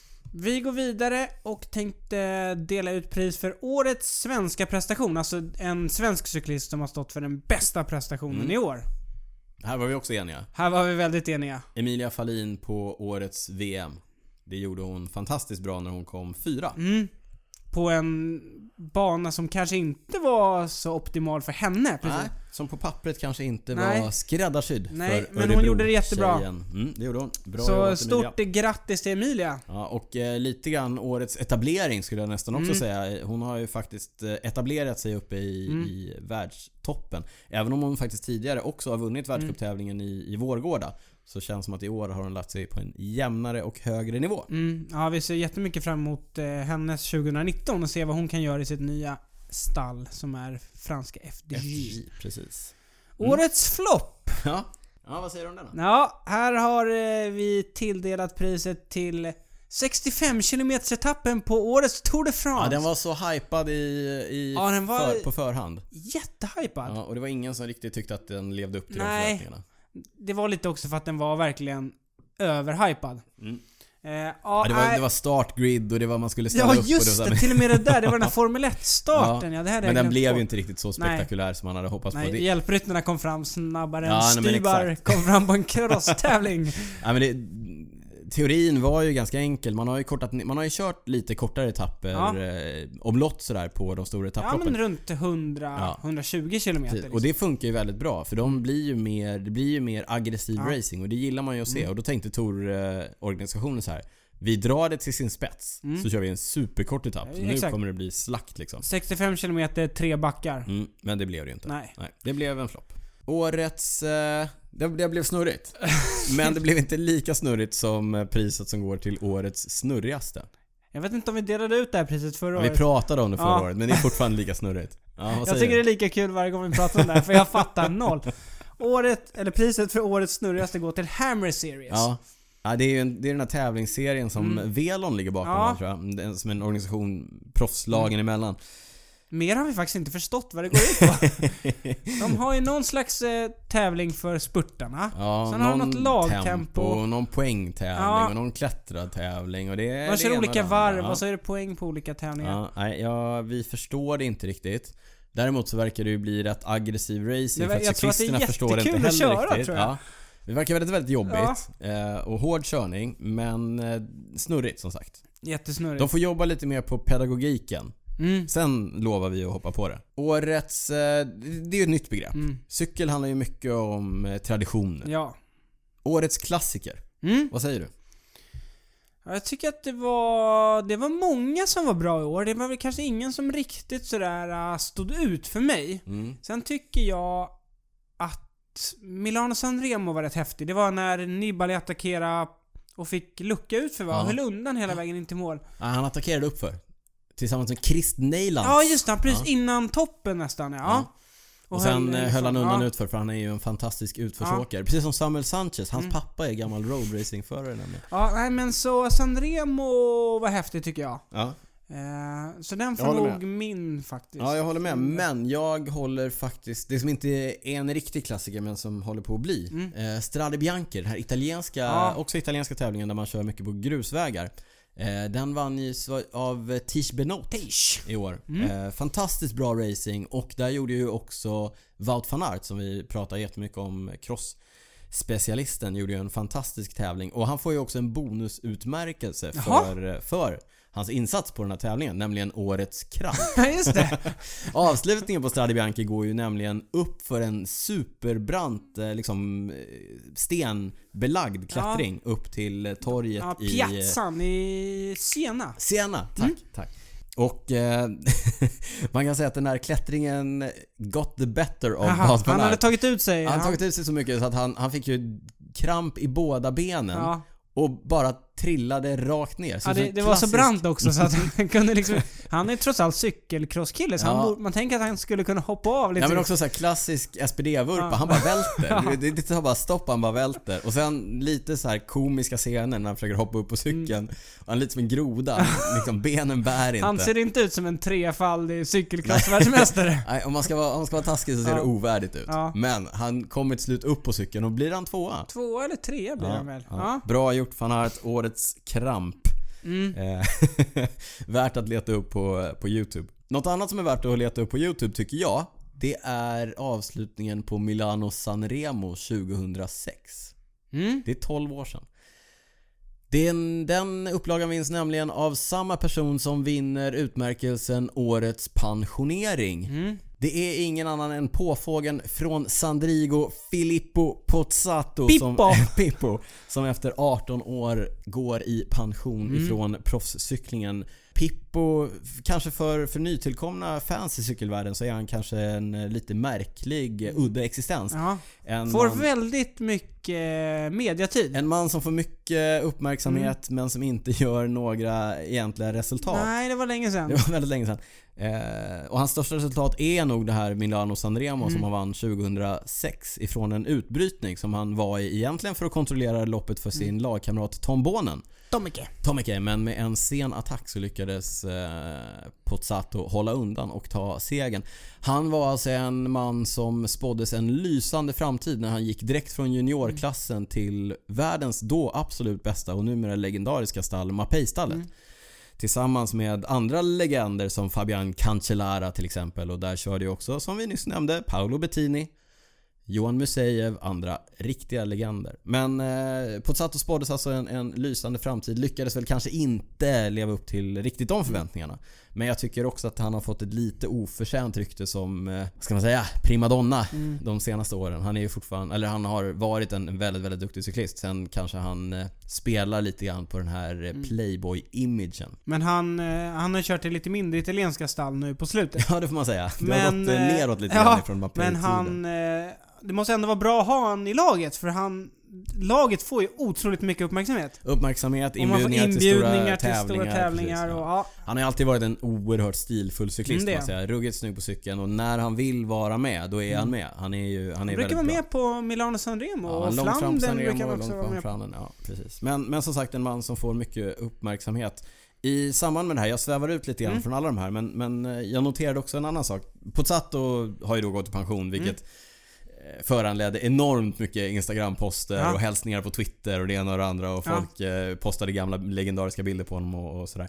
Vi går vidare och tänkte dela ut pris för årets svenska prestation. Alltså en svensk cyklist som har stått för den bästa prestationen mm. i år. Här var vi också eniga. Här var vi väldigt eniga. Emilia Fahlin på årets V M. Det gjorde hon fantastiskt bra när hon kom fyra. Mm. På en bana som kanske inte var så optimal för henne. Precis. Nej, som på pappret kanske inte Nej. var skräddarsydd. Nej, för men hon gjorde det jättebra. Mm, det gjorde hon. Bra så jobbat, stort grattis till Emilia. Ja, och eh, lite grann årets etablering skulle jag nästan också mm. säga. Hon har ju faktiskt etablerat sig uppe i, mm. i världstoppen. Även om hon faktiskt tidigare också har vunnit världscuptävlingen mm. i, i Vårgårda. Så känns det som att i år har hon lagt sig på en jämnare och högre nivå. Mm. Ja, vi ser jättemycket fram emot eh, hennes tjugonitton och se vad hon kan göra i sitt nya stall som är franska F D J. F D J, precis. Mm. Årets flopp. Ja. Ja, vad säger du om den då? Ja, här har eh, vi tilldelat priset till sextiofem kilometer etappen på årets Tour de France. Ja, den var så hypad i, i ja, den var för, på förhand. Jättehypad. Ja, och det var ingen som riktigt tyckte att den levde upp till Nej. de förväntningarna. Det var lite också för att den var verkligen överhypad. Mm. Eh, ja, ja, det, var, det var startgrid och det var man skulle ställa ja, upp. Ja just det, det, till och med det där. Det var den här Formel ett-starten. Ja, ja, det här men den blev på. ju inte riktigt så spektakulär Nej. som man hade hoppats Nej, på. Det... Hjälpryttarna kom fram snabbare ja, än Stybar kom fram på en crosstävling. Ja, men det, teorin var ju ganska enkel. Man har ju, kortat, man har ju kört lite kortare etapper ja. eh, omlott sådär på de stora etapploppen. Ja, men runt hundra ja. hundratjugo kilometer. Liksom. Och det funkar ju väldigt bra. För de blir ju mer, det blir ju mer aggressiv ja. racing. Och det gillar man ju att se. Mm. Och då tänkte Tour-organisationen eh, så här: vi drar det till sin spets mm. så kör vi en superkort etapp. Så nu kommer det bli slakt liksom. sextiofem kilometer, tre backar. Mm, men det blev det ju inte. Nej. Nej, det blev en flopp. Årets... Eh, det, det blev snurrigt. Men det blev inte lika snurrigt som priset som går till årets snurrigaste. Jag vet inte om vi delade ut det här priset förra ja, året. Vi pratade om det förra ja. året, men det är fortfarande lika snurrigt. Ja, jag tycker det är lika kul varje gång vi pratar om det här, för jag fattar noll. Året, eller priset för årets snurrigaste går till Hammer Series. Ja. Ja, det är ju en, det är den här tävlingsserien som mm. Velon ligger bakom, ja. tror jag. Den, som en organisation, proffslagen mm. emellan. Mer har vi faktiskt inte förstått vad det går ut på. De har ju någon slags eh, tävling för spurtarna. Ja, sen har de något lagtempo. Tempo, någon poängtävling ja. och någon klättradtävling. Och det är man kör det olika varv ja. och så är det poäng på olika tävlingar. Ja, nej, ja, vi förstår det inte riktigt. Däremot så verkar det ju bli rätt aggressiv racing. Det, för att cyklisterna förstår det inte heller att köra, riktigt. Tror jag. Ja. Det verkar väldigt, väldigt jobbigt ja. eh, och hård körning, men eh, snurrigt som sagt. Jättesnurrigt. De får jobba lite mer på pedagogiken. Mm. Sen lovar vi att hoppa på det. Årets, eh, det är ju ett nytt begrepp. Mm. Cykel handlar ju mycket om eh, traditioner. Ja. Årets klassiker. Mm. Vad säger du? Jag tycker att det var det var många som var bra i år. Det var väl kanske ingen som riktigt sådär stod ut för mig. Mm. Sen tycker jag att Milano Sanremo var rätt häftig. Det var när Nibali attackerade och fick lucka ut för vad? Ja. Höll undan hela vägen in till mål. Ja, han attackerade upp för tillsammans med Chris Neylands. Ja, just det. Precis ja. innan toppen nästan, ja. ja. Och, och sen höll, höll han undan ja. utför, för han är ju en fantastisk utförsåkare. Ja. Precis som Samuel Sanchez. Hans mm. pappa är gammal roadracingförare nämligen. Ja, nej men så Sanremo var häftigt tycker jag. Ja. Eh, så den får nog med. min faktiskt. Ja, jag håller med. Men jag håller faktiskt, det som inte är en riktig klassiker men som håller på att bli mm. eh, Strade Bianche, den här italienska, ja. också italienska tävlingen där man kör mycket på grusvägar. Eh, den vann ju av Tish Benoit Tish. i år. Mm. Eh, fantastiskt bra racing. Och där gjorde ju också Wout van Aert, som vi pratar jättemycket om, cross specialisten gjorde ju en fantastisk tävling. Och han får ju också en bonusutmärkelse för, för hans insats på den här tävlingen, nämligen årets kramp. Just det. Avslutningen på Strade Bianche går ju nämligen upp för en superbrant liksom stenbelagd klättring ja. upp till torget ja, i Piazzan i Siena. Siena, tack, mm. tack. Och eh, man kan säga att den här klättringen got the better of Aha, han hade tagit ut sig. Han hade tagit ut sig så mycket så att han, han fick ju kramp i båda benen. Ja. Och bara trillade rakt ner. Så ja, det, det klassisk... var så brant också så att han kunde liksom... Han är trots allt cykelcrosskille så ja. han borde, man tänker att han skulle kunna hoppa av lite. Ja, men också så här klassisk S P D-vurpa. Ja. Han bara välter. Ja. Det, det tar bara stopp, han bara välter. Och sen lite så här komiska scener när han försöker hoppa upp på cykeln. Mm. Han är lite som en groda. Liksom, benen bär inte. Han ser inte ut som en trefaldig cykelcrossvärldsmästare. Nej, om man ska vara, om man ska vara taskig så ser ja. det ovärdigt ut. Ja. Men han kommer till slut upp på cykeln och blir han tvåa. Tvåa eller trea blir ja. han väl. Ja. Ja. Bra gjort, för han har ett årets kramp. Mm. Värt att leta upp på, på YouTube. Något annat som är värt att leta upp på YouTube tycker jag, det är avslutningen på Milano Sanremo tjugohundrasex. Mm. Det är tolv år sedan. Den, den upplagan vinns nämligen av samma person som vinner utmärkelsen Årets pensionering. Mm. Det är ingen annan än påfågeln från Sandrigo, Filippo Pozzato, Pippo. Som, Pippo, som efter arton år går i pension mm. ifrån proffscyklingen. Pippo, kanske för, för nytillkomna fans i cykelvärlden så är han kanske en lite märklig, udda existens. Ja. En får man, väldigt mycket mediatid. En man som får mycket uppmärksamhet mm. men som inte gör några egentliga resultat. Nej, det var länge sedan. Det var väldigt länge sedan. Eh, och hans största resultat är nog det här Milano Sanremo mm. som han vann tjugohundrasex ifrån en utbrytning som han var i egentligen för att kontrollera loppet för sin mm. lagkamrat Tom Bonen. Tommeke. Tommeke, men med en sen attack så lyckades eh, Pozzato hålla undan och ta segern. Han var alltså en man som spåddes en lysande framtid när han gick direkt från juniorklassen mm. till världens då absolut bästa och numera legendariska stall, Mapei-stallet. Mm. Tillsammans med andra legender som Fabian Cancellara till exempel. Och där körde ju också, som vi nyss nämnde, Paolo Bettini, Johan Musejev, andra riktiga legender. Men eh, Pozzato spåddes alltså en, en lysande framtid. Lyckades väl kanske inte leva upp till riktigt de förväntningarna. Men jag tycker också att han har fått ett lite oförtjänt rykte som, eh, ska man säga, primadonna mm. de senaste åren. Han är ju fortfarande, eller han har varit en väldigt, väldigt duktig cyklist. Sen kanske han eh, spelar lite grann på den här eh, Playboy-imagen. Men han, eh, han har kört i lite mindre italienska stall nu på slutet. Ja, det får man säga. Det men, har gått eh, neråt lite ja, grann ifrån Mapei-tiden. Men han... Eh, det måste ändå vara bra att ha han i laget för han laget får ju otroligt mycket uppmärksamhet. Uppmärksamhet, inbjudningar, inbjudningar till stora till tävlingar. Stora tävlingar precis, och, ja. Ja. Han har alltid varit en oerhört stilfull cyklist, mm, man säger. Ruggigt snygg på cykeln och när han vill vara med, då är mm. han med. Han är ju han är han brukar vara bra. med på Milano Sanremo ja, och Flandern brukar han också vara med på. Ja, precis. Men, men som sagt en man som får mycket uppmärksamhet. I samband med det här, jag svävar ut lite grann mm. från alla de här, men, men jag noterade också en annan sak. Pozzato har ju då gått i pension, vilket mm. föranledde enormt mycket Instagram-poster ja. och hälsningar på Twitter och det ena och det andra och folk ja. postade gamla legendariska bilder på honom och, och sådär.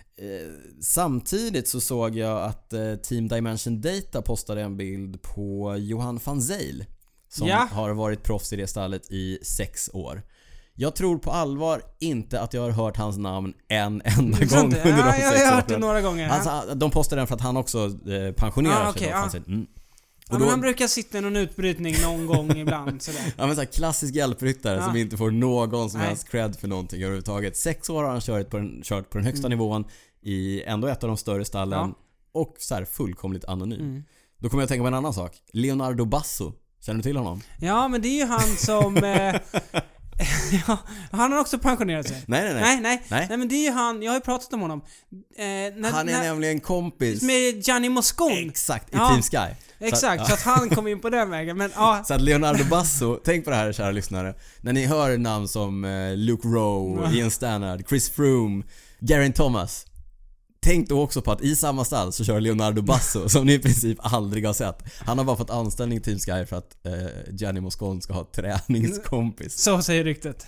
Samtidigt så såg jag att Team Dimension Data postade en bild på Johan van Zyl som ja. har varit proffs i det stallet i sex år. Jag tror på allvar inte att jag har hört hans namn en enda gång under ja, de jag sex har åren. hört det några gånger. Alltså, de postade den för att han också eh, pensionerar ah, sig. Okay, då, ah. mm. Ja, men han brukar sitta i någon utbrytning någon gång ibland sådär. Ja, men så här klassisk hjälpryttare ja. som inte får någon som Nej. helst cred för någonting överhuvudtaget. Sex år har han kört på den, kört på den högsta mm. nivån i ändå ett av de större stallen ja. och så här fullkomligt anonym. Mm. Då kommer jag att tänka på en annan sak. Leonardo Basso. Känner du till honom? Ja, men det är ju han som... eh, ja, han har också pensionerat sig. Nej, nej, nej. Nej, nej. nej. nej men det är ju han, jag har ju pratat om honom. Eh, när, han är när, nämligen kompis med Gianni Moscon. Exakt, i ja. Team Sky. Exakt, så att, ja. så att han kom in på den vägen. Men, ja. Så att Leonardo Basso, tänk på det här kära lyssnare. När ni hör namn som eh, Luke Rowe, ja. Ian Stannard, Chris Froome, Geraint Thomas. tänk då också på att i samma stall så kör Leonardo Basso som ni i princip aldrig har sett. Han har bara fått anställning i Team Sky för att eh, Gianni Moscon ska ha träningskompis. Så säger ryktet.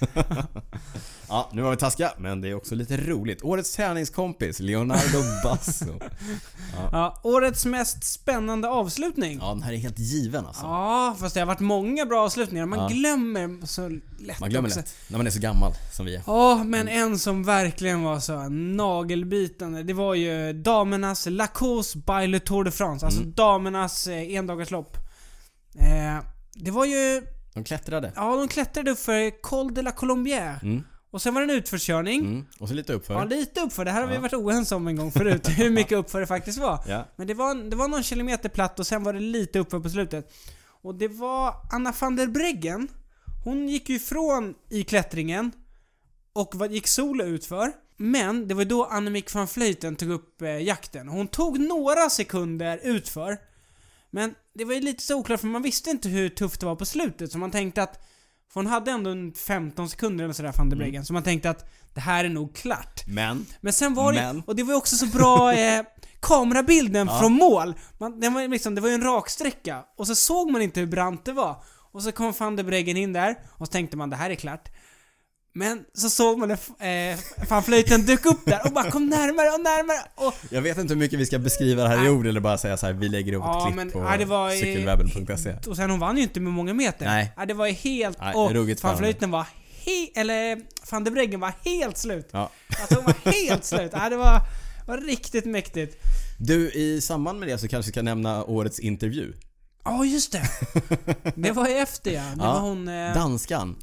Ja, nu var vi taskiga, men det är också lite roligt. Årets träningskompis, Leonardo Basso. Ja. Ja, årets mest spännande avslutning. Ja, den här är helt given alltså. Ja, fast det har varit många bra avslutningar. Man Ja. glömmer så lätt Man glömmer också. lätt när man är så gammal som vi är. Ja, men en som verkligen var så nagelbitande, det var ju damernas La Course by Le Tour de France. Alltså Mm. damernas eh, endagarslopp. Eh, det var ju... De klättrade. Ja, de klättrade upp för Col de la Colombière. Mm. Och sen var det en utförskörning. Mm. Och så lite uppför. Ja, lite uppför. Det här har vi Ja. varit oense om en gång förut. Hur mycket uppför det faktiskt var. Ja. Men det var, det var någon kilometer platt och sen var det lite uppför på slutet. Och det var Anna van der Breggen. Hon gick ju ifrån i klättringen och vad gick solo utför. Men det var då Annemiek van Vleuten tog upp eh, jakten. Hon tog några sekunder utför. Men det var ju lite så oklart för man visste inte hur tufft det var på slutet. Så man tänkte att, för hon hade ändå en femton sekunder eller sådär van der Breggen. Mm. Så man tänkte att det här är nog klart. Men Men sen var det, Men. och det var ju också så bra eh, kamerabilden Ja. från mål. Man, det, var liksom, det var ju en raksträcka. Och så såg man inte hur brant det var. Och så kom van der Breggen in där. Och så tänkte man, det här är klart. Men så såg man att eh, van Vleuten dök upp där och bara kom närmare och närmare. Och, jag vet inte hur mycket vi ska beskriva det här i ord eller bara säga så här, vi lägger upp Ja, ett klipp men, på ja, det var, eh, cykelwebben punkt se. och sen hon vann ju inte med många meter. Nej. Ja, det var ju helt... Nej, och ruggigt van spännande. Vleuten var he, eller van der Breggen var helt slut. Ja. Alltså hon var helt slut. Ja, det var, var riktigt mäktigt. Du, i samband med det så kanske vi ska nämna årets intervju. Ja, oh, just det. Det var ju efter ja. Det Ja, var hon... Eh, Danskan.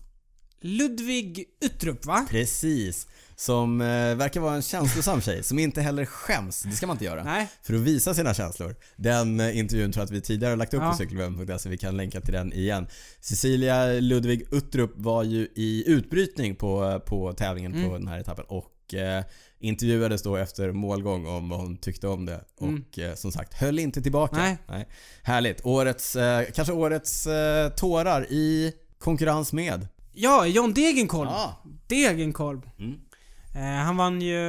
Ludvig Uttrup, va? Precis. Som eh, verkar vara en känslosam tjej som inte heller skäms. Det ska man inte göra. Nej. För att visa sina känslor. Den eh, intervjun tror jag att vi tidigare har lagt upp Ja. på cykelwebben punkt se. Vi kan länka till den igen. Cecilia Ludvig Uttrup var ju i utbrytning på, på tävlingen Mm. på den här etappen. Och eh, intervjuades då efter målgång om vad hon tyckte om det. Mm. Och eh, som sagt, höll inte tillbaka. Nej. Nej. Härligt. Årets, eh, kanske årets eh, tårar i konkurrens med. Ja, John Degenkolb. Ja. Degenkolb. Mm. Eh, han vann ju...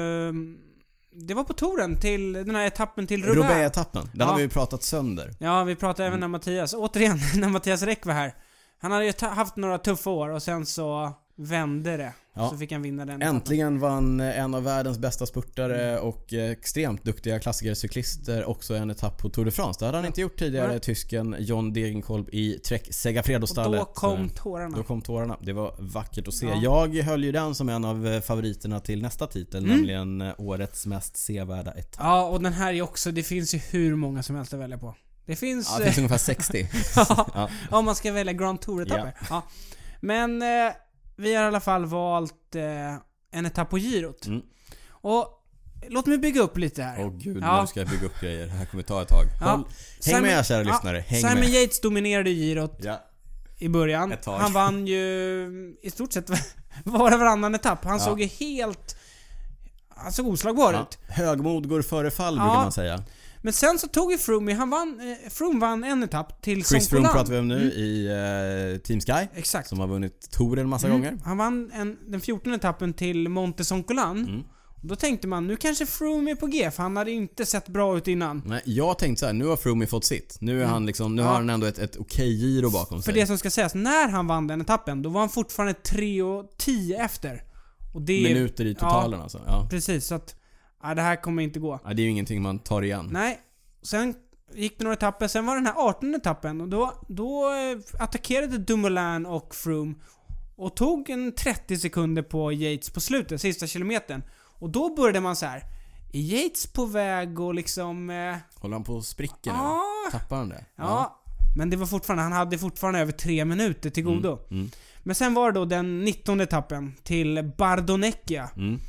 Det var på touren till den här etappen till Roubaix. Roubaix-etappen. Den Ja. har vi ju pratat sönder. Ja, vi pratade även när Mattias, återigen, när Mattias Räck var här. Han hade ju ta- haft några tuffa år och sen så vände det. Ja. Så fick han vinna den etappen. Äntligen vann en av världens bästa spurtare och extremt duktiga klassikercyklister också en etapp på Tour de France. Det hade han inte gjort tidigare, Nej. tysken John Degenkolb i Trek Och Segafredo-stallet. då kom tårarna. Då kom tårarna. Det var vackert att se. Ja. Jag höll ju den som en av favoriterna till nästa titel, Mm. nämligen årets mest sevärda etapp. Ja, och den här är också, det finns ju hur många som helst att välja på. Det finns... Ja, det finns ungefär sextio. ja, Ja. om man ska välja Grand Tour-etapper. Ja. Men eh, vi har i alla fall valt eh, en etapp på girot. Mm. Och låt mig bygga upp lite här. Åh gud, Ja. nu ska jag bygga upp grejer. Det här kommer ta ett tag. Ja. Håll, häng Simon- med kära ja, lyssnare, häng Simon med. Yates dominerade girot Ja. i början. Ett tag. Han vann ju i stort sett var och varannan etapp. Han Ja. såg ju helt... Han såg oslagbar Ja. ut. Högmod går före fall Ja. brukar man säga. Men sen så tog ju Froome, han vann, eh, Froome vann en etapp till Chris Froome Sonkolan. pratar vi om nu Mm. i uh, Team Sky. Exakt. Som har vunnit Tour en massa Mm. gånger. Han vann en, den fjortonde etappen till Monte Soncolan. Mm. Då tänkte man, nu kanske Froome är på G, för han hade inte sett bra ut innan. Nej, jag tänkte så här, nu har Froome fått sitt. Nu är Mm. han liksom, nu Ja. har han ändå ett, ett okej giro bakom För sig. det som ska sägas, när han vann den etappen, då var han fortfarande tre och tio efter. Och det är... Minuter i totalen Ja. alltså. Ja. Precis, så att... Ja, det här kommer inte gå. Ja, det är ju ingenting man tar igen. Nej. Sen gick det några etapper, sen var den här artonde etappen och då, då eh, attackerade Dumoulin och Froome och tog en trettio sekunder på Yates på slutet, sista kilometern. Och då började man så här: är Yates på väg och liksom... Eh, Håller han på att spricka nu? ja, Tappar han det? ja. Men det var fortfarande, han hade fortfarande över tre minuter till godo. Mm. Mm. Men sen var det då den nittonde etappen till Bardonecchia. Mm.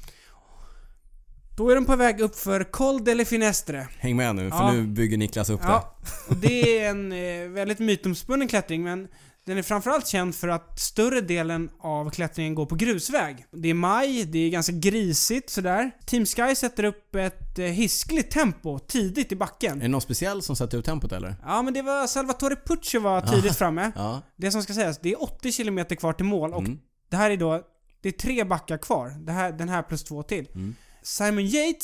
Då är de på väg upp för Col delle Finestre. Häng med nu, för Ja. nu bygger Niklas upp Ja, och det är en eh, väldigt mytomspunnen klättring, men den är framförallt känd för att större delen av klättringen går på grusväg. Det är maj, det är ganska grisigt sådär. Team Sky sätter upp ett eh, hiskligt tempo tidigt i det. backen. Är det någon speciell som sätter ut tempot eller? Ja, men det var Salvatore Pucci var tidigt framme. Ja. Det som ska sägas, det är åttio kilometer kvar till mål och Mm. det här är då, det är tre backar kvar. Det här, den här plus två till. Mm. Simon Yates,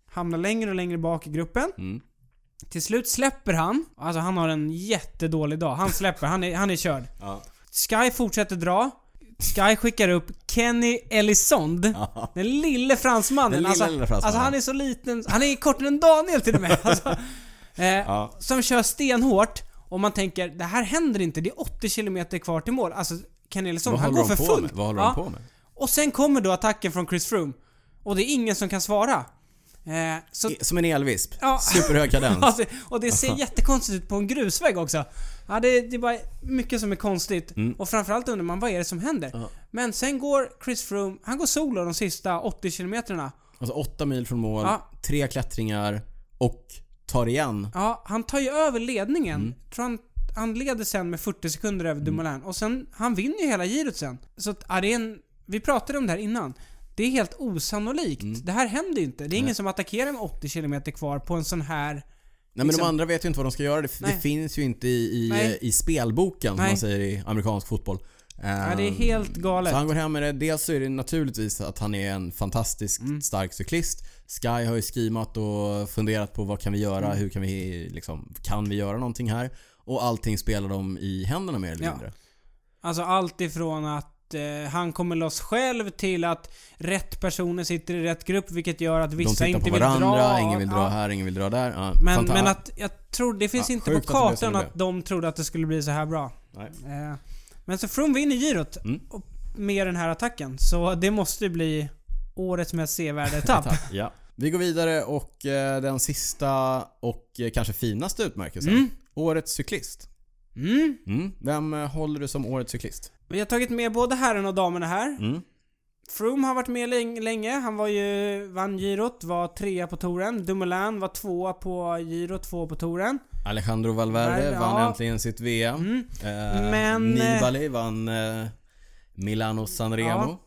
hamnar längre och längre bak i gruppen. Mm. Till slut släpper han. Alltså han har en jättedålig dag. Han släpper, han är, han är körd. Ja. Sky fortsätter dra. Sky skickar upp Kenny Elissonde. Ja. Den lille fransmannen. Den lilla, alltså, lilla fransmannen. alltså han är så liten. Han är kortare än Daniel till och med. Alltså, eh, Ja. Som kör stenhårt. Och man tänker, det här händer inte. Det är åttio kilometer kvar till mål. Alltså Kenny Elissonde, Vad han håller går de för på fullt. med? Vad håller Ja. de på med? Och sen kommer då attacken från Chris Froome. Och det är ingen som kan svara. Eh, så, Som en elvisp. Ja. Superhög kadens. alltså, och det ser jättekonstigt ut på en grusväg också. Ja, det, det är bara mycket som är konstigt. Mm. Och framförallt undrar man, vad är det som händer? Ja. Men sen går Chris Froome, han går solo de sista åttio kilometerna. Alltså åtta mil från mål, Ja. tre klättringar och tar igen. Ja, han tar ju över ledningen. Mm. Tror han, han leder sen med fyrtio sekunder över Dumoulin. Och sen, han vinner ju hela girot sen. Så att, ja, det är en, vi pratade om det här innan. Det är helt osannolikt. Mm. Det här händer ju inte. Det är ingen Nej. som attackerar med åttio kilometer kvar på en sån här... Nej men liksom- de andra vet ju inte vad de ska göra. Det, det Nej. finns ju inte i, i, Nej. i spelboken som Nej. man säger i amerikansk fotboll. Ja, det är helt galet. Så han går hem med det. Dels så är det naturligtvis att han är en fantastiskt Mm. stark cyklist. Sky har ju skrimat och funderat på vad kan vi göra, Mm. hur kan vi liksom, kan vi göra någonting här? Och allting spelar de i händerna mer eller Ja. mindre. Alltså allt ifrån att eh, han kommer loss själv till att rätt personer sitter i rätt grupp, vilket gör att De vissa tittar inte på vill varandra, dra. ingen vill dra Ja. här, ingen vill dra där. Ja, Men, fanta- men att jag tror det finns Ja, inte sjukt på att det blev som kartan det att de trodde att det skulle bli så här bra. Nej. Eh, men så Froome vinner girot Mm. och med den här attacken. Så det måste bli årets mest sevärda etapp. Ja. Vi går vidare och eh, den sista och eh, kanske finaste utmärkelsen. Mm. Årets cyklist. Mm. Mm. Vem eh, håller du som årets cyklist? Vi har tagit med både herren och damerna här. Mm. Froome har varit med länge. Han var ju, vann girot, var trea på touren. Dumoulin var tvåa på girot, två på touren. Alejandro Valverde Valverde, vann ja. äntligen sitt V M. Mm. Eh, Men- Nibali vann eh, Milano Sanremo. Ja.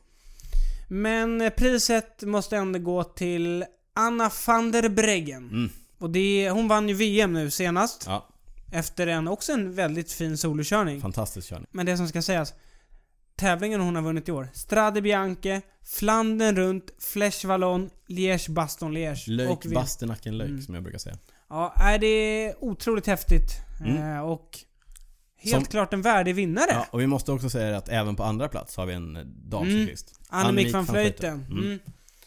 Men priset måste ändå gå till Anna van der Breggen. Mm. Och det, hon vann ju V M nu senast. Ja, Efter en, också en väldigt fin solokörning. fantastisk körning. Men det som ska sägas, tävlingen hon har vunnit i år: Strade Bianche, Flandern runt, Flèche Wallonne, Liège, Baston Liège. Löjk, och vi- Bastenacken löjk Mm. som jag brukar säga. Ja, är det är otroligt häftigt. Mm. Eh, och helt Som- klart en värdig vinnare. Ja, och vi måste också säga att även på andra plats har vi en eh, damcyklist. Annemiek van Vleuten. Vleuten. Mm. Mm.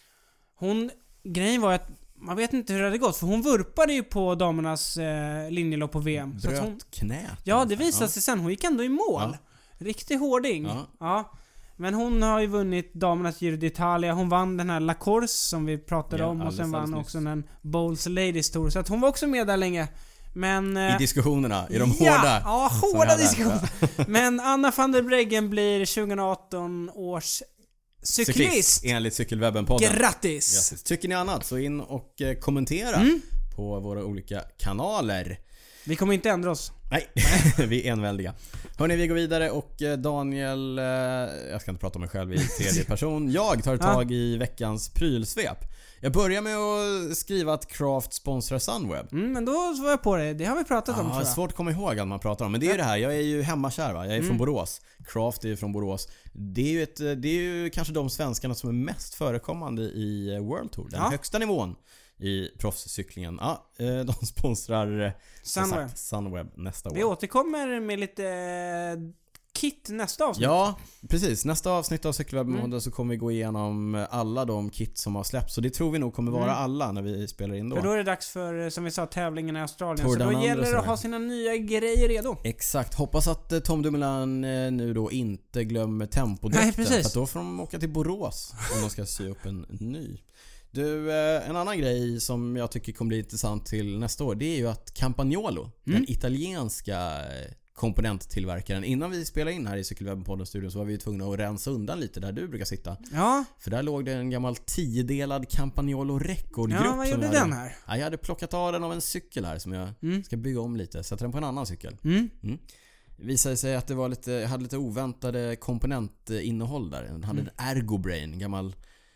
Hon, grejen var att man vet inte hur det hade gått, för hon vurpade ju på damernas eh, linjelopp på V M. Så att Bröt hon, knät. ja, det visade sig sen. Hon gick ändå i mål. Riktig hårding. Ja. Ja. Men hon har ju vunnit damernas Giro d'Italia. Hon vann den här La Course som vi pratade Ja, om. Och alldeles, sen vann alldeles också den Bowles Ladies Tour. Så att hon var också med där länge. Men... I eh, diskussionerna, i de ja, hårda. Ja, som hårda jag hade. diskussioner. Men Anna van der Breggen blir tjugoarton års cyklist. Enligt Cykelwebben-podden. Grattis! Grattis. Tycker ni annat så in och eh, kommentera Mm. på våra olika kanaler. Vi kommer inte ändra oss. Nej, vi är enväldiga. Hörrni, vi går vidare och eh, Daniel, eh, jag ska inte prata om mig själv i tredje person. Jag tar tag i veckans prylsvep. Jag börjar med att skriva att Craft sponsrar Sunweb. Mm, men då var jag på det. Det har vi pratat om, Ja, tror jag. svårt att komma ihåg att man pratar om. Men det är ju det här, jag är ju hemmakär va? Jag är Mm. från Borås. Craft är ju från Borås. Det är ju, ett, det är ju kanske de svenskarna som är mest förekommande i World Tour. Den Ja. högsta nivån i proffscyklingen. Ja, eh, de sponsrar eh, som Sunweb. sagt, Sunweb nästa Vi år. återkommer med lite eh, kit nästa avsnitt. Ja, precis. Nästa avsnitt av Cykelwebben Mm. så kommer vi gå igenom alla de kit som har släppts. Så det tror vi nog kommer vara Mm. alla när vi spelar in då. För då är det dags för, som vi sa, tävlingen i Australien. Tour Så då Down Under gäller det och att ha sådär. sina nya grejer redo. Exakt. Hoppas att eh, Tom Dumoulin eh, nu då inte glömmer Nej, tempodräkten. precis. För att då får de åka till Borås om de ska sy upp en ny. Du, eh, en annan grej som jag tycker kommer bli intressant till nästa år, det är ju att Campagnolo, Mm. den italienska eh, komponenttillverkaren, innan vi spelade in här i Cykelwebben-podden-studion så var vi ju tvungna att rensa undan lite där du brukar sitta. Ja, För där låg det en gammal tiodelad Campagnolo rekordgrupp. ja vad som gjorde jag den hade, här? ja, jag hade plockat av den av en cykel här som jag Mm. ska bygga om lite. Sätta den på en annan cykel. Mm. Det visade sig att det var lite, jag hade lite oväntade komponentinnehåll där. Den hade Mm. en Ergobrain, en gammal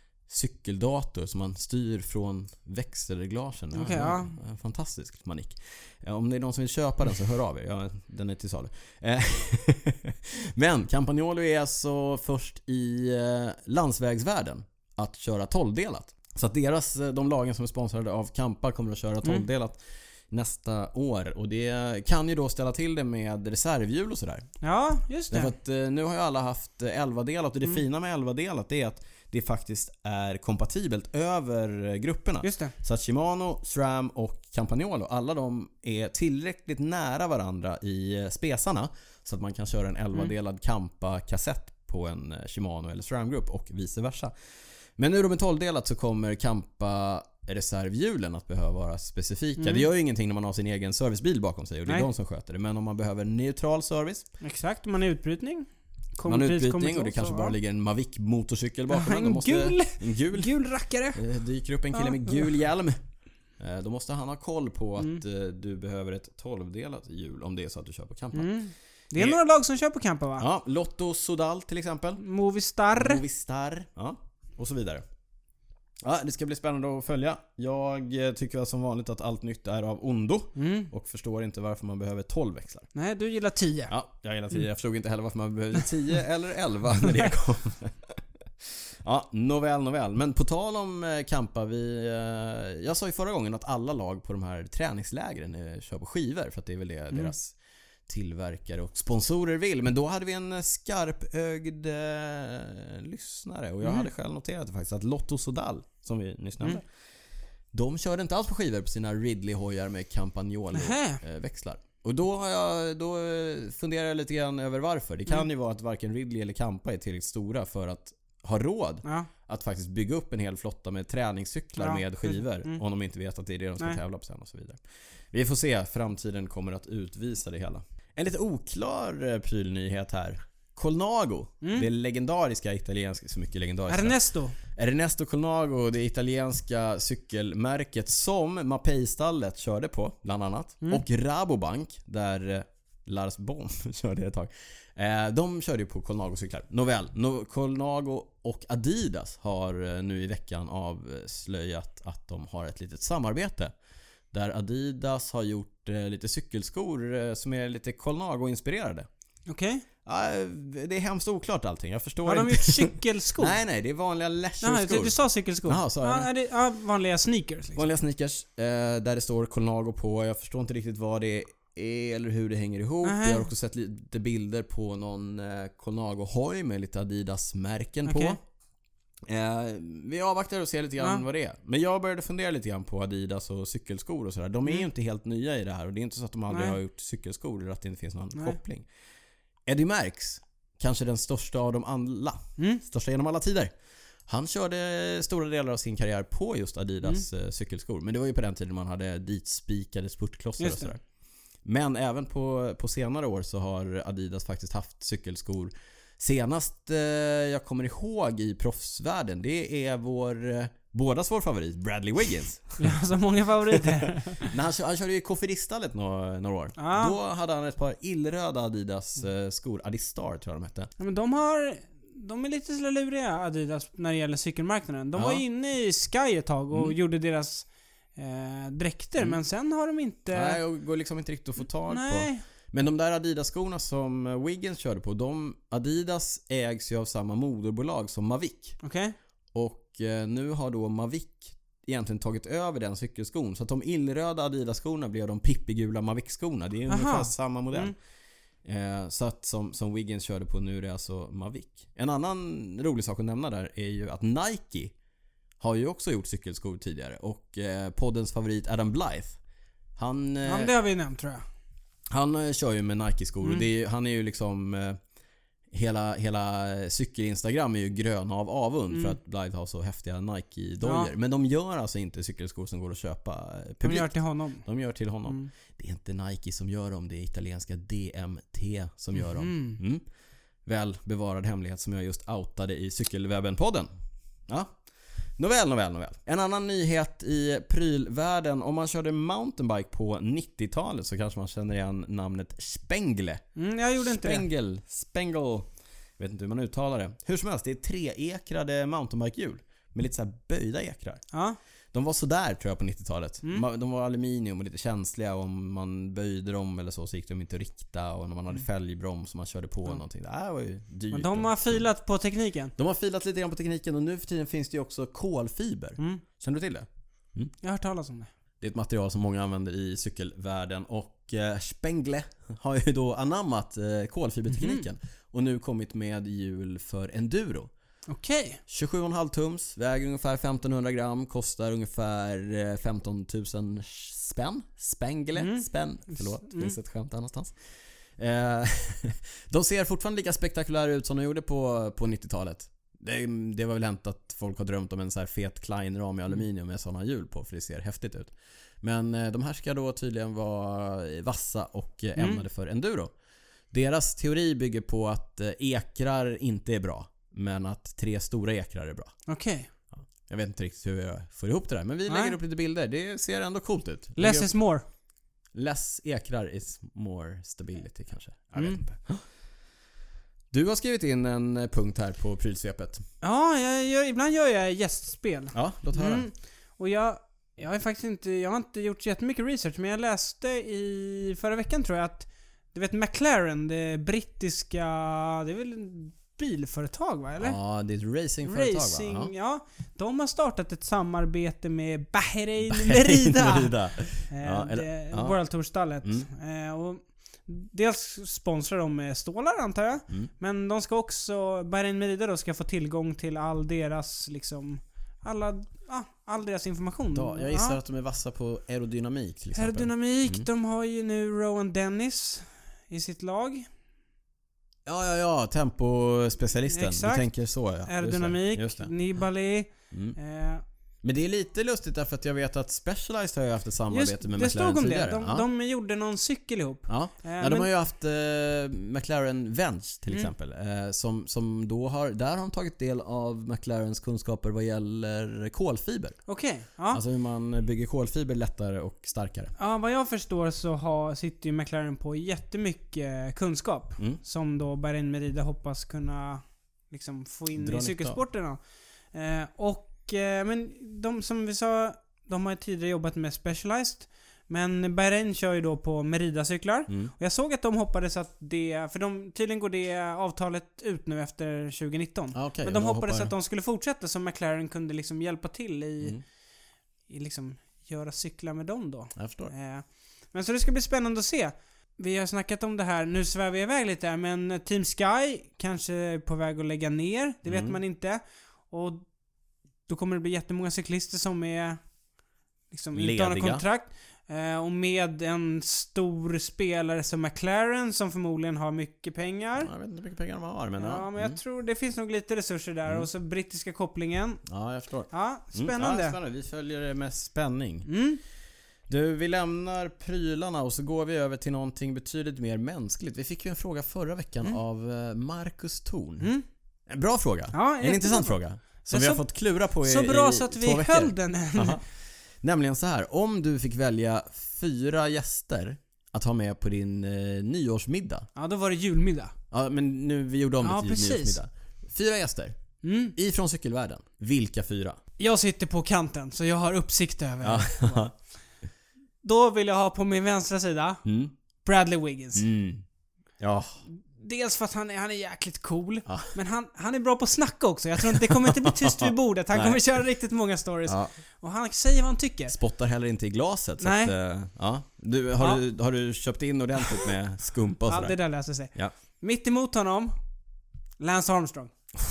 cykeldator som man styr från växelreglagen. Okej, ja. En fantastisk manik. Ja, om det är någon som vill köpa den så hör av er. Ja, den är till salu. Eh, Men Campagnolo är alltså först i eh, landsvägsvärlden att köra tolvdelat. Så att deras, de lagen som är sponsrade av Kampa kommer att köra tolvdelat mm. nästa år. Och det kan ju då ställa till det med reservhjul och sådär. Ja, just det. Därför att nu har ju alla haft elva-delat. Och det mm. fina med elva-delat är att det faktiskt är kompatibelt över grupperna. Just det. Så att Shimano, SRAM och Campagnolo, alla de är tillräckligt nära varandra i spesarna. Så att man kan köra en elva-delad mm. Kampa-kassett på en Shimano eller SRAM-grupp och vice versa. Men nu då med tolv-delat så kommer Kampa reservhjulen att behöva vara specifika. Mm. Det gör ju ingenting när man har sin egen servicebil bakom sig och det är Nej. de som sköter det. Men om man behöver neutral service. Exakt, om man är utbrytning. Kom, man är utbrytning och det kanske så, bara ja. ligger en Mavic motorcykel bakom. En, måste, gul, en gul gul rackare. Det dyker upp en kille ja. med gul hjälm. Då måste han ha koll på att mm. du behöver ett tolv-delat hjul om det är så att du kör på Kampa. Mm. Det är några lag som kör på Kampa, va? Ja, Lotto Sodal till exempel. Movistar. Movistar, ja. Och så vidare. Ja, det ska bli spännande att följa. Jag tycker väl som vanligt att allt nytt är av ondo. Mm. Och förstår inte varför man behöver tolv växlar. Nej, du gillar tio. Ja, jag gillar tio. Mm. Jag förstod inte heller varför man behöver tio eller elva när det kom. Ja, nåväl, nåväl. Men på tal om Kampa, vi, jag sa ju förra gången att alla lag på de här träningslägren kör på skivor. För att det är väl det mm. deras tillverkare och sponsorer vill. Men då hade vi en skarpögd eh, lyssnare. Och jag mm. hade själv noterat det faktiskt att Lotto Sodal, som vi nyss nämnde, mm. de körde inte alls på skivor på sina Ridley-hojar med Campagnolo-växlar. Eh, och då, har jag, då funderar jag lite grann över varför. Det kan mm. ju vara att varken Ridley eller Kampa är tillräckligt stora för att ha råd ja. att faktiskt bygga upp en hel flotta med träningscyklar ja. med skivor mm. om de inte vet att det är det de ska Nej. tävla på sen och så vidare. Vi får se, framtiden kommer att utvisa det hela. En lite oklar prylnyhet här. Colnago, mm. det legendariska italienska, så mycket legendariska. Ernesto. Ernesto Colnago, det italienska cykelmärket som Mapei-stallet körde på, bland annat. Mm. Och Rabobank, där Lars Bohm körde ett tag. De körde ju på Colnago-cyklar. Nåväl, Colnago och Adidas har nu i veckan avslöjat att de har ett litet samarbete. Där Adidas har gjort eh, lite cykelskor eh, som är lite Colnago-inspirerade. Okej. Okay. Ja, det är hemskt oklart allting. Jag förstår har inte. Har de gjort cykelskor? nej, nej, det är vanliga leisure-skor. Nej, du, du sa cykelskor. Jaha, sa jag ja, det? Ja, vanliga sneakers. Liksom. Vanliga sneakers eh, där det står Colnago på. Jag förstår inte riktigt vad det är eller hur det hänger ihop. Uh-huh. Jag har också sett lite bilder på någon eh, Colnago-hoj med lite Adidas-märken okay. på. Eh, vi avvaktar och ser lite grann ja. vad det är. Men jag började fundera lite grann på Adidas och cykelskor och sådär. De är mm. ju inte helt nya i det här. Och det är inte så att de aldrig Nej. har gjort cykelskor eller att det inte finns någon Nej. koppling. Eddie Merckx, kanske den största av dem alla. Mm. Största genom alla tider. Han körde stora delar av sin karriär på just Adidas mm. cykelskor. Men det var ju på den tiden man hade ditspikade spurtklossar och sådär. Men även på, på senare år så har Adidas faktiskt haft cykelskor. Senast eh, jag kommer ihåg i proffsvärlden, det är vår eh, bådas vår favorit, Bradley Wiggins. Ja, så många favoriter. När han, han körde ju Cofidis-stallet några, några år. Ah. Då hade han ett par illröda Adidas eh, skor, Adistar tror jag de hette. Ja, men de har de är lite så luriga Adidas när det gäller cykelmarknaden. De ja. var inne i Sky ett tag och mm. gjorde deras eh, dräkter, mm. men sen har de inte... Nej, och går liksom inte riktigt att få tag Nej. på. Men de där Adidas-skorna som Wiggins körde på, de Adidas ägs ju av samma moderbolag som Mavic. Okej. Okay. Och eh, nu har då Mavic egentligen tagit över den cykelskon. Så att de illröda Adidas-skorna blev de pippigula Mavic-skorna. Det är Aha. ungefär samma modell. Mm. Eh, så att som, som Wiggins körde på nu är det alltså Mavic. En annan rolig sak att nämna där är ju att Nike har ju också gjort cykelskor tidigare. Och eh, poddens favorit Adam Blythe. Han, eh, ja, det har vi nämnt tror jag. Han eh, kör ju med Nike-skor mm. och det är, han är ju liksom eh, hela, hela cykel-Instagram är ju gröna av avund mm. för att Blythe har så häftiga Nike-dojor. Ja. Men de gör alltså inte cykelskor som går att köpa publikt. De gör till honom. De gör till honom. Mm. Det är inte Nike som gör dem, det är italienska D M T som gör dem. Mm. Mm. Väl bevarad hemlighet som jag just outade i Cykelwebben-podden. Ja. Nåväl, nåväl, nåväl. En annan nyhet i prylvärlden. Om man körde mountainbike på nittiotalet så kanske man känner igen namnet Spengle. Mm, jag gjorde inte Spengel, det. Spengle. Jag vet inte hur man uttalar det. Hur som helst, det är treekrade mountainbike-hjul med lite så här böjda ekrar. Ja. De var sådär tror jag på nittiotalet. Mm. De var aluminium och lite känsliga, och om man böjde dem eller så så gick de inte att rikta, och när man hade fälgbroms som man körde på Ja. någonting. Det här var ju dyrt. Men de har filat på tekniken. De har filat lite grann på tekniken, och nu för tiden finns det ju också kolfiber. Mm. Känner du till det? Jag har hört talas om det. Det är ett material som många använder i cykelvärlden, och eh, Spengle har ju då anammat eh, kolfibertekniken Mm. och nu kommit med hjul för enduro. Okej. tjugosju komma fem tums, väger ungefär femtonhundra gram, kostar ungefär eh, femton tusen spänn. Spengle, Mm. spänn, förlåt, Mm. finns ett skämt där någonstans. Eh, de ser fortfarande lika spektakulära ut som de gjorde på, på nittiotalet. Det, det var väl hänt att folk har drömt om en så här fet Klein-ram i aluminium med sådana hjul på, för det ser häftigt ut. Men eh, de här ska då tydligen vara vassa och eh, ämnade Mm. för enduro. Deras teori bygger på att eh, ekrar inte är bra, men att tre stora ekrar är bra. Okej. Jag vet inte riktigt hur jag får ihop det där, men vi Nej. lägger upp lite bilder. Det ser ändå coolt ut. Less Lägger is more. upp- Less ekrar is more stability kanske. Jag Mm. vet inte. Du har skrivit in en punkt här på prylsvepet. Ja, jag gör, ibland gör jag gästspel. Ja, låt höra. Mm. Och jag, jag har faktiskt inte, jag har inte gjort så jättemycket research, men jag läste i förra veckan tror jag att, du vet McLaren, det brittiska, det är väl en bilföretag va, eller? Ja, det är ett racingföretag Racing, va? ja. De har startat ett samarbete med Bahrain Merida. Merida. Eh, Ja, eller- det, ja. World Tour-stallet. Mm. Eh, och dels sponsrar de med stålar antar jag. Mm. Men de ska också, Bahrain Merida då, ska få tillgång till all deras liksom, alla, ja, all deras information. Ja, jag gissar Ja. att de är vassa på aerodynamik till exempel. Aerodynamik, Mm. de har ju nu Rowan Dennis i sitt lag. Ja, ja, ja, tempospecialisten. Exakt. Du tänker så, ja. Aerodynamik, Just det. Just det. Nibali. Mm. Eh, Men det är lite lustigt därför att jag vet att Specialized har ju haft ett samarbete just, med det McLaren stod om tidigare. det. De, ja. de gjorde någon cykel ihop. Ja. Eh, Ja, de men- har ju haft eh, McLaren Venge till Mm. exempel eh, som, som då har, där har de tagit del av McLarens kunskaper vad gäller kolfiber. Okej, ja. Alltså hur man bygger kolfiber lättare och starkare. Ja, vad jag förstår så har, sitter ju McLaren på jättemycket kunskap. Mm. Som då Bahrain Merida hoppas kunna liksom få in Dra i nytta cykelsporterna. Eh, och, eh, men de som vi sa, de har ju tidigare jobbat med Specialized. Men Bahrain kör ju då på Merida-cyklar. Mm. Och jag såg att de hoppades att det, för de, tydligen går det avtalet ut nu efter tjugonitton. Ah, okay, men de jag hoppades hoppar. att de skulle fortsätta så McLaren kunde liksom hjälpa till i, Mm. i liksom göra cyklar med dem då. Jag förstår. Eh, Men så det ska bli spännande att se. Vi har snackat om det här, nu svävar vi iväg lite här, men Team Sky kanske är på väg att lägga ner, det vet Mm. man inte. Och då kommer det bli jättemånga cyklister som är liksom inte har något Lediga. kontrakt. Eh, och med en stor spelare som McLaren som förmodligen har mycket pengar. Jag vet inte hur mycket pengar de har, men Ja, ja. men jag Mm. tror det finns nog lite resurser där. Mm. Och så brittiska kopplingen. Ja, jag förstår. Ja, Mm. spännande. Ja, spännande. Vi följer det med spänning. Mm. Du, vi lämnar prylarna och så går vi över till någonting betydligt mer mänskligt. Vi fick ju en fråga förra veckan Mm. av eh, Marcus Thorn. Mm. En bra fråga. Ja, En jättebra. intressant fråga. Som Men vi har så- fått klura på i Så bra i så att två vi veckor. höll den än. Aha. Nämligen så här, om du fick välja fyra gäster att ha med på din eh, nyårsmiddag. Ja, då var det julmiddag. Ja, men nu vi gjorde om det Ja, till precis. nyårsmiddag. Fyra gäster Mm. ifrån cykelvärlden. Vilka fyra? Jag sitter på kanten, så jag har uppsikt över. Ja. Då vill jag ha på min vänstra sida mm. Bradley Wiggins. Mm. Ja. Dels för att han är, han är jäkligt cool. Ja. Men han, han är bra på att snacka också. Jag tror inte det kommer inte bli tyst vid bordet. Han Nej. kommer köra riktigt många stories. ja. Och han säger vad han tycker. Spottar heller inte i glaset. Så Nej. att, eh, ja. du, har, Ja. Du, har du köpt in ordentligt med skumpa och Ja, sådär? det där löser sig. Ja. Mitt emot honom, Lance Armstrong.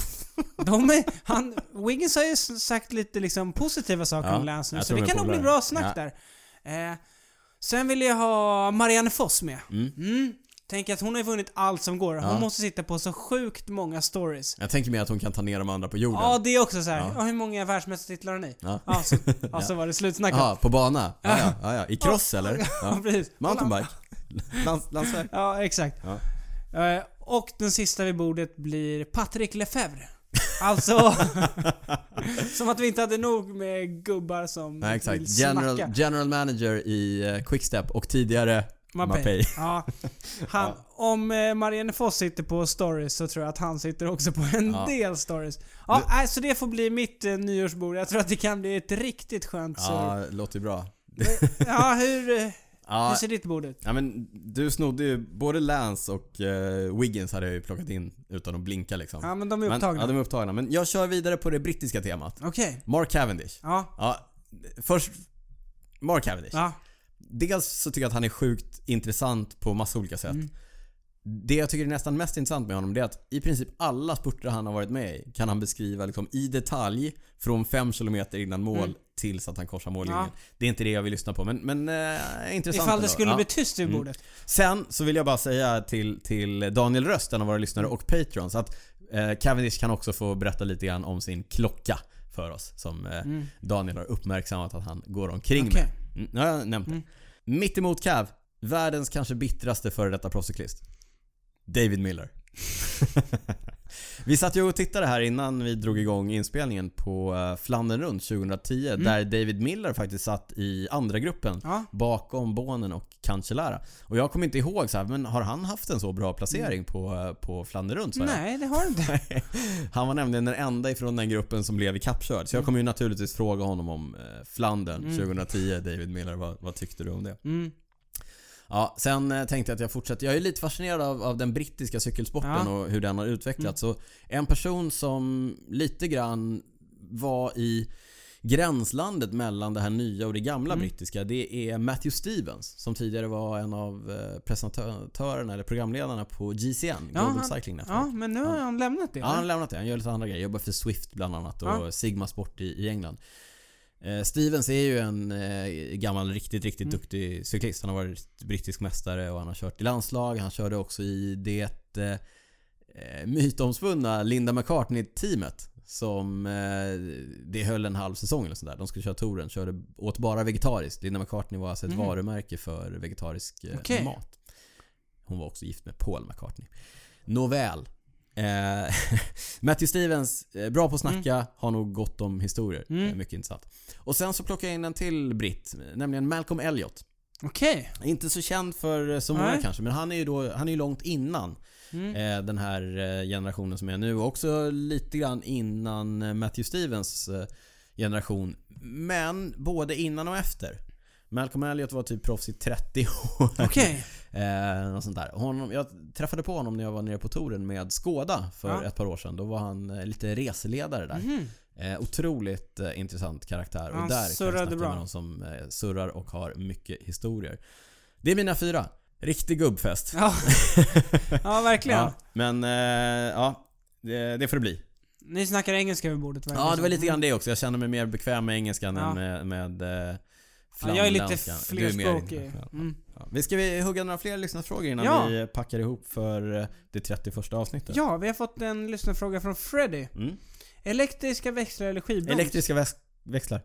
De är, han, Wiggins har ju sagt lite liksom positiva saker Ja, om Lance nu, jag så tror det de är kan nog bli polare. bra snack Ja. där. Eh, sen vill jag ha Marianne Foss med. Mm. Mm. Tänk att hon har ju vunnit allt som går. Hon Ja. måste sitta på så sjukt många stories. Jag tänker mer att hon kan ta ner de andra på jorden. Ja, det är också så här. Ja. Ja. Hur många världsmästartitlar har ni? Ja. Ja, så, ja, så var det slutsnackat. Jaha, på bana? Ja, ja, ja, ja. I cross eller? Ja, Ja. precis. Mountainbike? Lans, landsväg? Ja, exakt. Ja. Eh, och den sista vid bordet blir Patrick Lefebvre. Alltså, som att vi inte hade nog med gubbar som Nej, vill exakt. snacka. General, general manager i eh, Quickstep och tidigare Mapei. Ja. Han, Ja. Om eh, Marianne Foss sitter på stories så tror jag att han sitter också på en Ja. del stories. Ja, Du- äh, så det får bli mitt eh, nyårsbord. Jag tror att det kan bli ett riktigt skönt surr. Ja, det låter ju bra. Ja, hur, eh, hur Ja, ser ditt bord ut? ja, men du snodde ju både Lance och uh, Wiggins hade jag ju plockat in utan att blinka liksom. Ja, men de är Men, upptagna. ja, de är upptagna. Men jag kör vidare på det brittiska temat. Okej. Mark Cavendish. Ja. Ja, först Mark Cavendish. Ja. Dels så tycker jag att han är sjukt intressant på massa olika sätt. Mm. Det jag tycker är nästan mest intressant med honom det är att i princip alla spurter han har varit med i kan han beskriva liksom i detalj från fem kilometer innan mål Mm. tills att han korsar mållinjen. Ja. Det är inte det jag vill lyssna på, men, men äh, intressant Ifall det ändå. skulle Ja. bli tyst vid Mm. bordet. Sen så vill jag bara säga till, till Daniel Röst, en av våra lyssnare och patrons, att eh, Cavendish kan också få berätta lite grann om sin klocka för oss som eh, Mm. Daniel har uppmärksammat att han går omkring Okej. med. Mm, nu har jag nämnt det. Mm. Mitt emot Cav, världens kanske bittraste före detta proffscyklist, David Miller. Vi satt ju och tittade här innan vi drog igång inspelningen på uh, Flandern runt tjugohundratio Mm. där David Miller faktiskt satt i andra gruppen Ja. bakom Bonen och Cancellara. Och jag kommer inte ihåg så här, men har han haft en så bra placering Mm. på, uh, på Flandern runt? Så här? Nej, det har du inte. Han var nämligen den enda ifrån den gruppen som blev i kappkörd. Så jag kommer ju naturligtvis fråga honom om uh, Flandern Mm. tjugohundratio, David Miller. Vad, vad tyckte du om det? Mm. Ja, sen eh, tänkte jag att jag fortsätter. Jag är lite fascinerad av, av den brittiska cykelsporten Ja. och hur den har utvecklats. Så en person som lite grann var i gränslandet mellan det här nya och det gamla Mm. brittiska, det är Matthew Stevens som tidigare var en av eh, presentatörerna eller programledarna på G C N, Ja, Global han- Cycling Network. Ja, men nu har han lämnat det. Ja, han har lämnat det. Han gör lite andra grejer. Jobbar för Swift bland annat och Ja. Sigma Sport i, i England. Eh, Stevens är ju en eh, gammal riktigt, riktigt Mm. duktig cyklist. Han har varit brittisk mästare och han har kört i landslag. Han körde också i det eh, mytomspunna Linda McCartney-teamet som eh, det höll en halv säsong eller sådär. De skulle köra touren, körde åt bara vegetariskt. Linda McCartney var alltså ett Mhm. varumärke för vegetarisk eh, Okej. mat. Hon var också gift med Paul McCartney. Nåväl. Eh, Matthew Stevens, eh, bra på att snacka, har nog gott om historier. Mm. Eh, mycket intressant. Och sen så plockar jag in en till britt, nämligen Malcolm Elliott. Okej. Inte så känd för eh, så många Nej. kanske, men han är ju då, han är ju långt innan Mm. eh, den här eh, generationen som är nu. Och också lite grann innan eh, Matthew Stevens eh, generation. Men både innan och efter. Malcolm Elliott var typ proffs i trettio år. Okej. Eh, något sånt där. Honom, jag träffade på honom när jag var nere på touren med Skoda för Ja. ett par år sedan. Då var han eh, lite reseledare där. Mhm. Eh, otroligt eh, intressant karaktär. Han och där kan jag surrade snacka bra. med någon som eh, surrar och har mycket historier. Det är mina fyra. Riktig gubbfest. Ja. Ja, verkligen. Ja, men eh, ja, det, det får det bli. Ni snackar engelska vid bordet, verkligen. Ja, det var lite grann det också. Jag känner mig mer bekväm med engelskan Ja. än med, med eh, Ja, jag är lite flamländskan. Du är mer flerspråkig. internationell. Mm. Ja. Vi ska vi hugga några fler lyssnarfrågor innan Ja. vi packar ihop för eh, det trettioförsta avsnittet. Ja, vi har fått en lyssnarfråga från Freddy. Mm. Elektriska växlar eller skivbroms? Elektriska väx- växlar.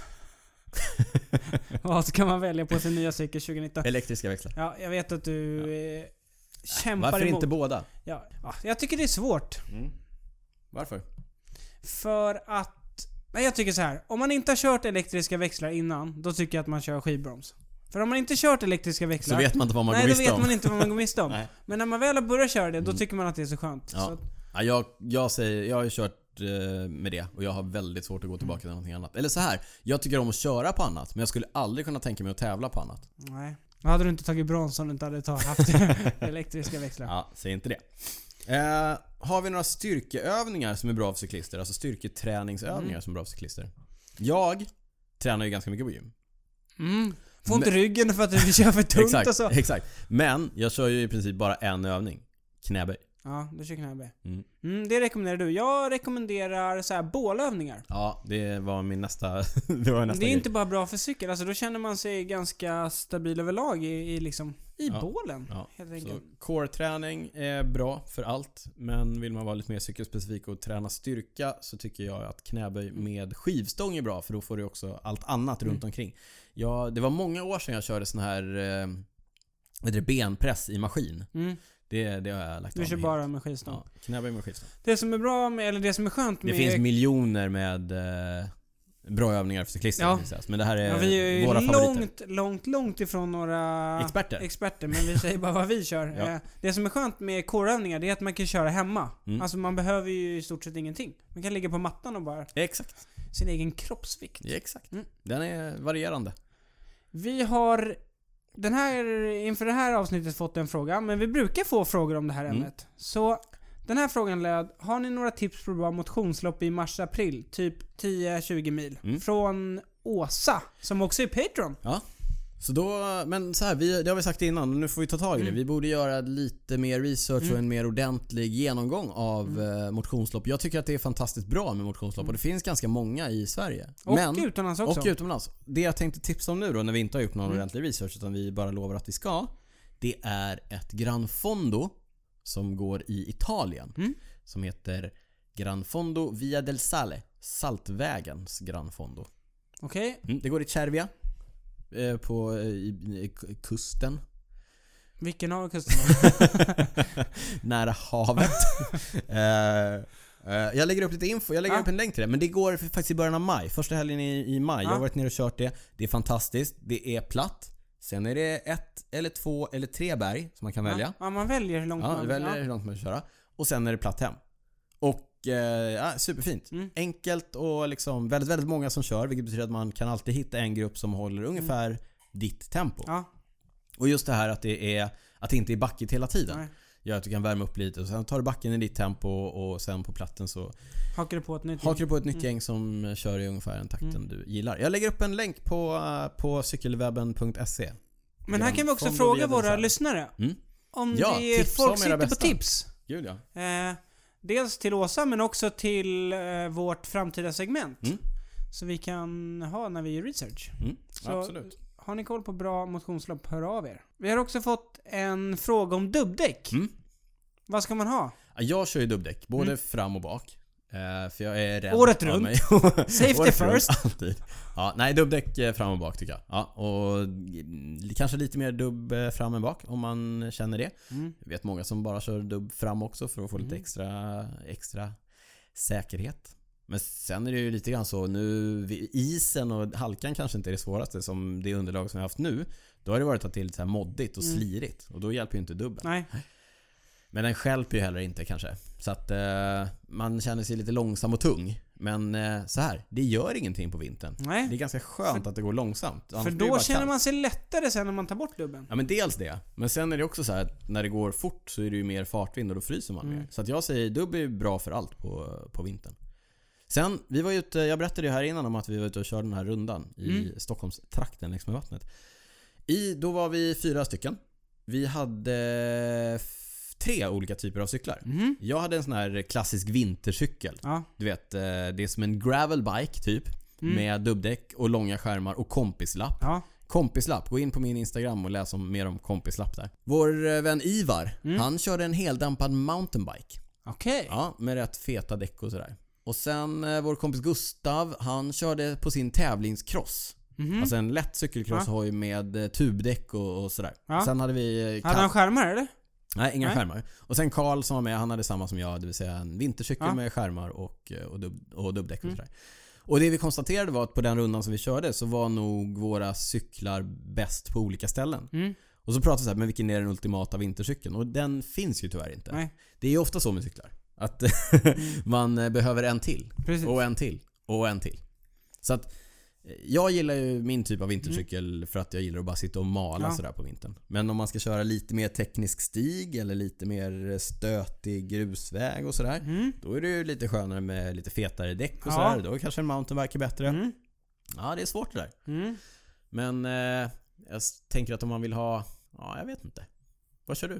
Vad ska man välja på sin nya cykel tjugonitton? Elektriska växlar. Ja, jag vet att du eh, kämpar Varför emot. inte båda? Ja. Ja, jag tycker det är svårt. Mm. Varför? För att... Nej, jag tycker så här. Om man inte har kört elektriska växlar innan, då tycker jag att man kör skivbroms. För om man inte kört elektriska växlar... Så vet man inte vad man nej, går då miste vet om. man inte vad man går miste om. Nej. Men när man väl har börjat köra det, då Mm. tycker man att det är så skönt. Ja. Så att, Ja, jag, jag säger, jag har ju kört eh, med det och jag har väldigt svårt att gå tillbaka till någonting annat. Eller så här, jag tycker om att köra på annat, men jag skulle aldrig kunna tänka mig att tävla på annat. nej. Då hade du inte tagit brons om du inte hade tagit, haft elektriska växlar. Ja, säg inte det. Eh, har vi några styrkeövningar som är bra för cyklister? Alltså styrketräningsövningar Mm. som är bra för cyklister? Jag tränar ju ganska mycket på gym. Mm. Får inte Men- ryggen för att du kör för tungt exakt, och så. exakt. Men jag kör ju i princip bara en övning. Knäböj. Ja, du kör knäböj. Mm. Mm, det rekommenderar du. Jag rekommenderar så här bålövningar. Ja, det var min nästa det var nästa Det är grej. inte bara bra för cykel, alltså då känner man sig ganska stabil överlag i, i liksom i Ja. bålen. Ja, Helt så enkelt. core-träning är bra för allt, men vill man vara lite mer cykelspecifik och träna styrka så tycker jag att knäböj med skivstång är bra, för då får du också allt annat Mm. runt omkring. Ja, det var många år sedan jag körde sån här eh, vad heter det, benpress i maskin. Mm. Det, det har jag lagt Du av kör med bara helt. med skivstång. Ja, knäböj med skivstång. Det som är bra med, eller det som är skönt Det med... finns miljoner med eh, bra övningar för cyklister. Ja. Men det här är, ja, vi är ju våra långt, favoriter. långt, långt ifrån några experter. experter men vi säger bara vad vi kör. Ja. Det som är skönt med core-övningar det är att man kan köra hemma. Mm. Alltså man behöver ju i stort sett ingenting. Man kan ligga på mattan och bara Exakt. sin egen kroppsvikt. Ja, exakt. Mm. Den är varierande. Vi har den här, inför det här avsnittet fått en fråga, men vi brukar få frågor om det här ämnet. Mm. Så den här frågan löd: har ni några tips på bra motionslopp i mars-april? Typ tio till tjugo mil. Mm. Från Åsa, som också är Patreon. Ja. Så då, men så här, vi, det har vi sagt innan och nu får vi ta tag i det. Mm. Vi borde göra lite mer research mm. och en mer ordentlig genomgång av mm. motionslopp. Jag tycker att det är fantastiskt bra med motionslopp mm. och det finns ganska många i Sverige. Och men, utomlands också. Och utomlands. Det jag tänkte tipsa om nu då, när vi inte har gjort någon mm. ordentlig research utan vi bara lovar att vi ska, det är ett Gran Fondo som går i Italien. Mm. Som heter Gran Fondo Via del Sale. Saltvägens Gran Fondo. Okej. Okay. Mm, det går i Cervia. På i, i, kusten. Vilken av kusten? Nära havet. uh, uh, jag lägger upp lite info. Jag lägger ah. upp en länk till det. Men det går faktiskt i början av maj. Första helgen i, i maj. Ah. Jag har varit nere och kört det. Det är fantastiskt. Det är platt. Sen är det ett eller två eller tre berg som man kan välja. Ja, man väljer hur långt ja, man vill. väljer ja. hur långt man vill köra. Och sen är det platt hem. Och ja, superfint. Mm. Enkelt och liksom väldigt, väldigt många som kör, vilket betyder att man kan alltid hitta en grupp som håller ungefär mm. ditt tempo. Ja. Och just det här att det är att det inte är backigt hela tiden. Nej. Gör att du kan värma upp lite och sen tar du backen i ditt tempo och sen på platten så hakar du på ett nytt hakar du på ett nytt gäng mm. som kör i ungefär den takten mm. du gillar. Jag lägger upp en länk på på cykelwebben punkt se. Men här kan vi också fråga våra lyssnare mm. om ja, det folk sitter på tips. Gud ja. Eh, dels till Åsa men också till eh, vårt framtida segment. Mm. Så vi kan ha när vi gör research. Mm. Så absolut. Har ni koll på bra motionslopp, hör av er. Vi har också fått en fråga om dubbdäck. Mm. Vad ska man ha? Jag kör ju dubbdäck, både mm. fram och bak. Uh, för jag är rädd året runt. Mig. Safety året first. Runt, alltid. Ja, nej, dubbdäck fram och bak tycker jag. Ja, och kanske lite mer dubb fram än bak om man känner det. Mm. Jag vet många som bara kör dubb fram också för att få mm. lite extra extra säkerhet. Men sen är det ju lite grann så nu isen och halkan kanske inte är det svåraste som det underlag som vi har haft nu. Då har det varit att det är lite så här moddigt och mm. slirigt och då hjälper ju inte dubben. Nej. Men den skälper ju heller inte kanske. Så att eh, man känner sig lite långsam och tung. Men eh, så här, det gör ingenting på vintern. Nej. Det är ganska skönt för, att det går långsamt. Annars för då känner kallt. Man sig lättare sen när man tar bort dubben. Ja men dels det. Men sen är det också så här att när det går fort så är det ju mer fartvind och då fryser man mm. mer. Så att jag säger dubb är bra för allt på, på vintern. Sen, vi var ute, jag berättade ju här innan om att vi var ute och körde den här rundan i mm. Stockholmstrakten längs med vattnet. I, då var vi fyra stycken. Vi hade tre olika typer av cyklar. Mm. Jag hade en sån här klassisk vintercykel. Ja. Du vet, det är som en gravelbike typ. Mm. Med dubbdäck och långa skärmar och kompislapp. Ja. Kompislapp, gå in på min Instagram och läs om, mer om kompislapp där. Vår vän Ivar, mm. han körde en heldämpad mountainbike. Okej. Okay. Ja, med rätt feta däck och sådär. Och sen eh, vår kompis Gustav, han körde på sin tävlingskross. Mm-hmm. Alltså en lätt cykelcrosshoj ja. med eh, tubdäck och, och sådär. Ja. Sen hade vi... Eh, hade han skärmar eller? Nej, inga Nej. skärmar. Och sen Karl som var med, han hade samma som jag, det vill säga en vintercykel ja. med skärmar och, och, dubb, och dubbdäck och mm. sådär. Och det vi konstaterade var att på den rundan som vi körde så var nog våra cyklar bäst på olika ställen. Mm. Och så pratade vi så här, men vilken är den ultimata vintercykeln? Och den finns ju tyvärr inte. Nej. Det är ju ofta så med cyklar. Att man behöver en till. Precis. Och en till. Och en till. Så att jag gillar ju min typ av vintercykel mm. för att jag gillar att bara sitta och mala ja. sådär på vintern. Men om man ska köra lite mer teknisk stig eller lite mer stötig grusväg och sådär, mm. då är det ju lite skönare med lite fetare däck och ja. sådär. Då kanske en mountainbike är bättre. Mm. Ja, det är svårt det där. Mm. Men eh, jag tänker att om man vill ha, ja jag vet inte. Vad kör du?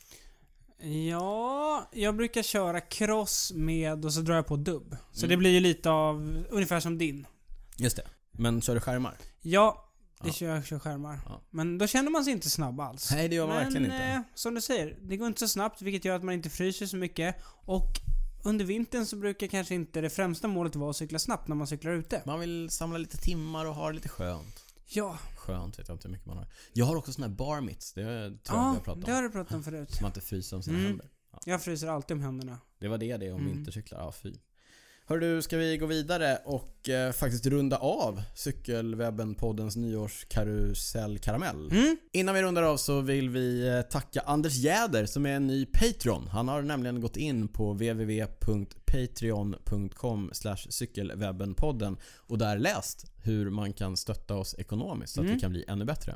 Ja, jag brukar köra cross med och så drar jag på dubb. Så mm. det blir ju lite av ungefär som din. Just det. Men kör du skärmar? Ja, det ja. Kör, jag kör skärmar. Ja. Men då känner man sig inte snabb alls. Nej, det gör man Men, verkligen inte. Eh, som du säger, det går inte så snabbt, vilket gör att man inte fryser så mycket. Och under vintern så brukar kanske inte det främsta målet vara att cykla snabbt när man cyklar ute. Man vill samla lite timmar och ha det lite skönt. Ja. Skönt, vet jag inte hur mycket man har. Jag har också såna här bar mitts, det tror jag ja, jag pratat om. det har du pratat om förut. Så man inte fryser om sina mm. händer. Ja. Jag fryser alltid om händerna. Det var det det om mm. vintercyklar, ja fy. Hör du, ska vi gå vidare och eh, faktiskt runda av Cykelwebben-poddens nyårskarusell-karamell? Mm. Innan vi rundar av så vill vi eh, tacka Anders Jäder som är en ny Patreon. Han har nämligen gått in på w w w punkt patreon punkt com slash cykelwebbenpodden och där läst hur man kan stötta oss ekonomiskt så att Mm. vi kan bli ännu bättre.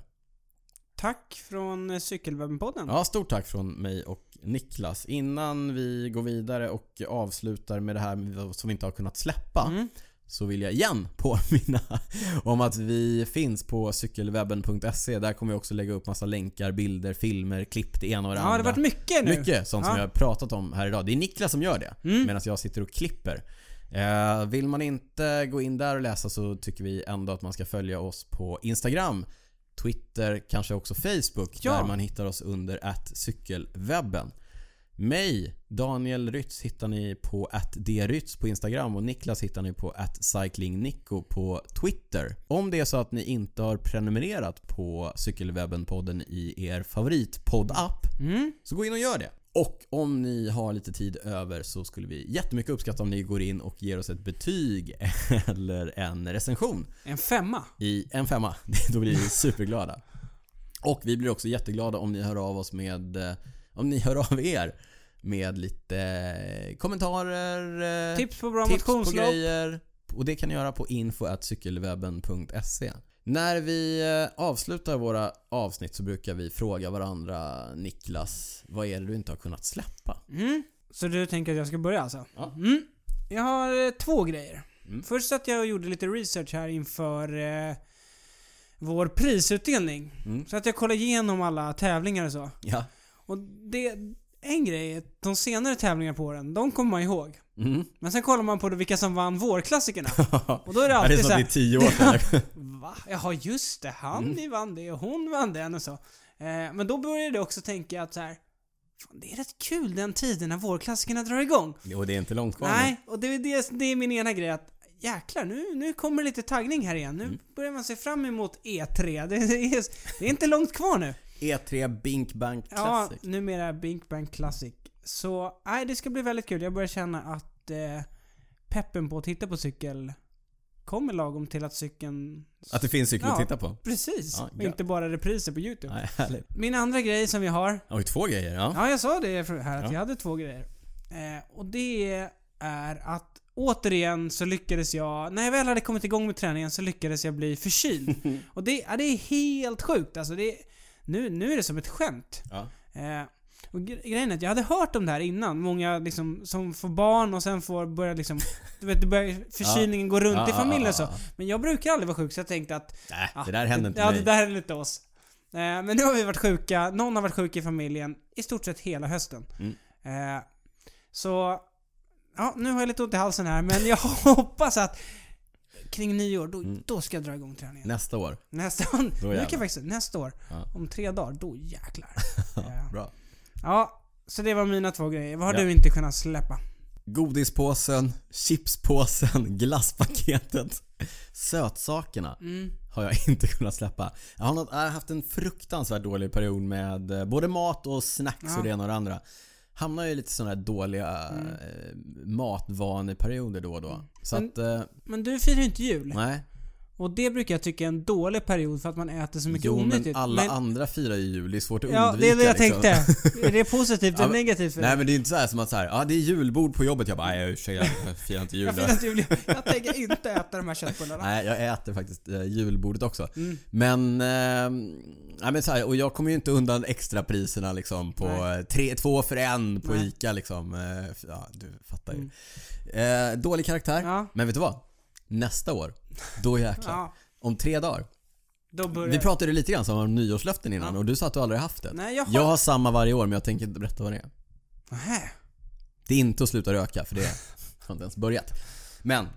Tack från Cykelwebben-podden. Ja, stort tack från mig och Niklas. Innan vi går vidare och avslutar med det här som vi inte har kunnat släppa Mm. så vill jag igen påminna om att vi finns på cykelwebben punkt se. Där kommer vi också lägga upp massa länkar, bilder, filmer, klipp, det ena och det Ja, andra. det har varit mycket nu. Mycket sånt Ja. som jag har pratat om här idag. Det är Niklas som gör det Mm. medan jag sitter och klipper. Eh, vill man inte gå in där och läsa så tycker vi ändå att man ska följa oss på Instagram, Twitter, kanske också Facebook, Ja. där man hittar oss under at cykelwebben. Mig, Daniel Rytz, hittar ni på at drytz på Instagram och Niklas hittar ni på at cyclingnico på Twitter. Om det är så att ni inte har prenumererat på Cykelwebben-podden i er favoritpodd-app Mm. så gå in och gör det. Och om ni har lite tid över så skulle vi jättemycket uppskatta om ni går in och ger oss ett betyg eller en recension En femma. i en femma. Då blir vi superglada. Och vi blir också jätteglada om ni hör av oss med eh, om ni hör av er med lite eh, kommentarer, eh, Tips på bra tips på motionslopp. grejer. Och det kan ni göra på info at cykelwebben punkt se. När vi eh, avslutar våra avsnitt så brukar vi fråga varandra, Niklas, vad är det du inte har kunnat släppa? Mm. Så du tänker att jag ska börja alltså? Ja. Mm. Jag har eh, två grejer. Mm. Först att jag gjorde lite research här inför eh, vår prisutdelning. Mm. Så att jag kollade igenom alla tävlingar och så. Ja. Och det, en grej är att de senare tävlingarna på åren, de kommer man ihåg. Mm. Men sen kollar man på det, vilka som vann vårklassikerna. Och då är det Ja, det är alltid som så att det är här, tio år sedan. va? Jaha, just det. Han Mm. vann det och hon vann den och så. Eh, men då började jag också tänka att så här, fan, det är rätt kul den tiden när vårklassikerna drar igång. Och det är inte långt kvar nu. Nej, och det är, det, det är min ena grej att jäklar, nu, nu kommer lite taggning här igen. Nu Mm. börjar man se fram emot E tre. Det, det, är, det är inte långt kvar nu. E tre Bink Bank Ja, Classic. numera Bink Bank Classic. Så, nej, det ska bli väldigt kul. Jag börjar känna att eh, peppen på att titta på cykel kommer lagom till att cykeln... Att det finns cykel Ja. att titta på. Precis, Ja, och ja. inte bara repriser på YouTube. Nej, härligt. Min andra grej som vi har... Oj, två grejer, ja. Ja, jag sa det här att Ja. jag hade två grejer. Eh, och det är att återigen så lyckades jag... När jag väl hade kommit igång med träningen så lyckades jag bli förkyld. Och det, ja, det är helt sjukt. Alltså det, nu, nu är det som ett skämt. Ja. Eh, och gre- grejen är att jag hade hört om det här innan. Många liksom som får barn och sen får börja liksom... Du vet, det börjar, förkylningen går runt Ja, i familjen och så. ja, ja. Men jag brukar aldrig vara sjuk så jag tänkte att... Nej, ah, det där händer inte Ja, mig. det där händer inte oss. Eh, men nu har vi varit sjuka. Någon har varit sjuk i familjen i stort sett hela hösten. Mm. Eh, så... Ja, nu har jag lite ont i halsen här. Men jag hoppas att kring nyår, då, Mm. då ska jag dra igång träningen. Nästa år. Nästa år. Nu kan jag jävlar. faktiskt, nästa år. Ja. Om tre dagar, då jäklar. Eh, Bra. Ja, så det var mina två grejer. Vad har Ja. du inte kunnat släppa? Godispåsen, chipspåsen, glasspaketet, sötsakerna Mm. har jag inte kunnat släppa. Jag har, något, jag har haft en fruktansvärt dålig period med eh, både mat och snacks Ja. och det ena och det andra. Hamnar ju i lite sådana här dåliga Mm. eh, matvaneperioder då och då. Så Men- att, eh, Men du firar ju inte jul. nej. Och det brukar jag tycka är en dålig period för att man äter så mycket Jo, onyttigt. men alla andra firar ju jul. Det är svårt att Ja, undvika. det är det jag liksom. tänkte. Är det positivt Ja, eller men- negativt för Nej, dig? men det är inte så här som att så här, ja, det är julbord på jobbet. Jag bara, nej, ursäkta, jag firar inte jul. Jag firar inte jul. Jag tänker inte äta de här köttbullarna. Nej, jag äter faktiskt eh, julbordet också. Mm. Men, eh, nej, men så här, och jag kommer ju inte undan extra priserna liksom på Nej. eh, tre, två för en på Nej. Ica liksom. Eh, ja, du fattar ju. Mm. Eh, dålig karaktär. Ja. Men vet du vad? Nästa år, då jäklar. Ja, Om tre dagar. då börjar Vi pratade lite grann om nyårslöften innan Ja. och du sa att du aldrig haft det. Nej, jag har... Jag har samma varje år men jag tänker inte berätta vad det är. Nähä. Det är inte att sluta röka för det har inte ens börjat. Men,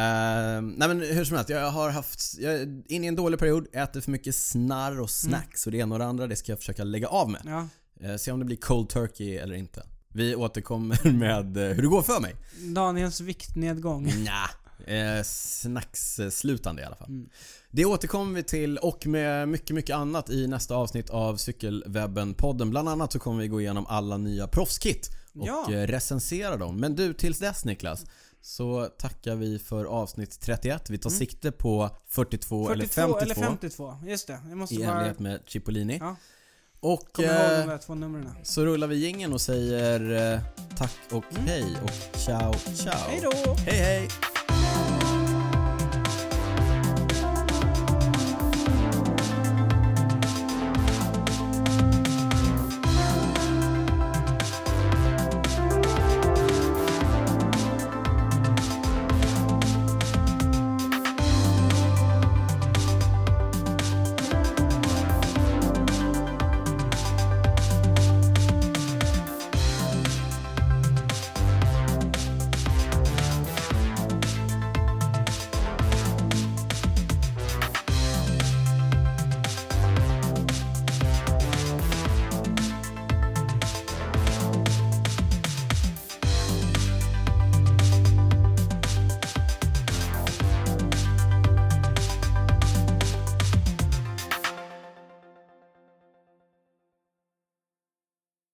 eh, nej men hur som helst, jag har haft, jag är inne i en dålig period, äter för mycket snarr och snacks och det ena och det andra, det ska jag försöka lägga av med. Ja. Eh, se om det blir cold turkey eller inte. Vi återkommer med eh, hur det går för mig. Daniels viktnedgång. Nja, eh, snacksslutande i alla fall. Mm. Det återkommer vi till och med mycket, mycket annat i nästa avsnitt av Cykelwebben-podden. Bland annat så kommer vi gå igenom alla nya proffskit och Ja. eh, recensera dem. Men du, tills dess Niklas, så tackar vi för avsnitt trettioett. Vi tar Mm. sikte på fyrtiotvå, fyrtiotvå eller femtiotvå. eller femtiotvå. Just det. Jag måste I bara... enlighet med Cipollini. Ja. Och Kommer ihåg de eh, där två numren. så rullar vi jingeln och säger eh, tack och Mm. hej och ciao ciao. Hej då! Hej hej!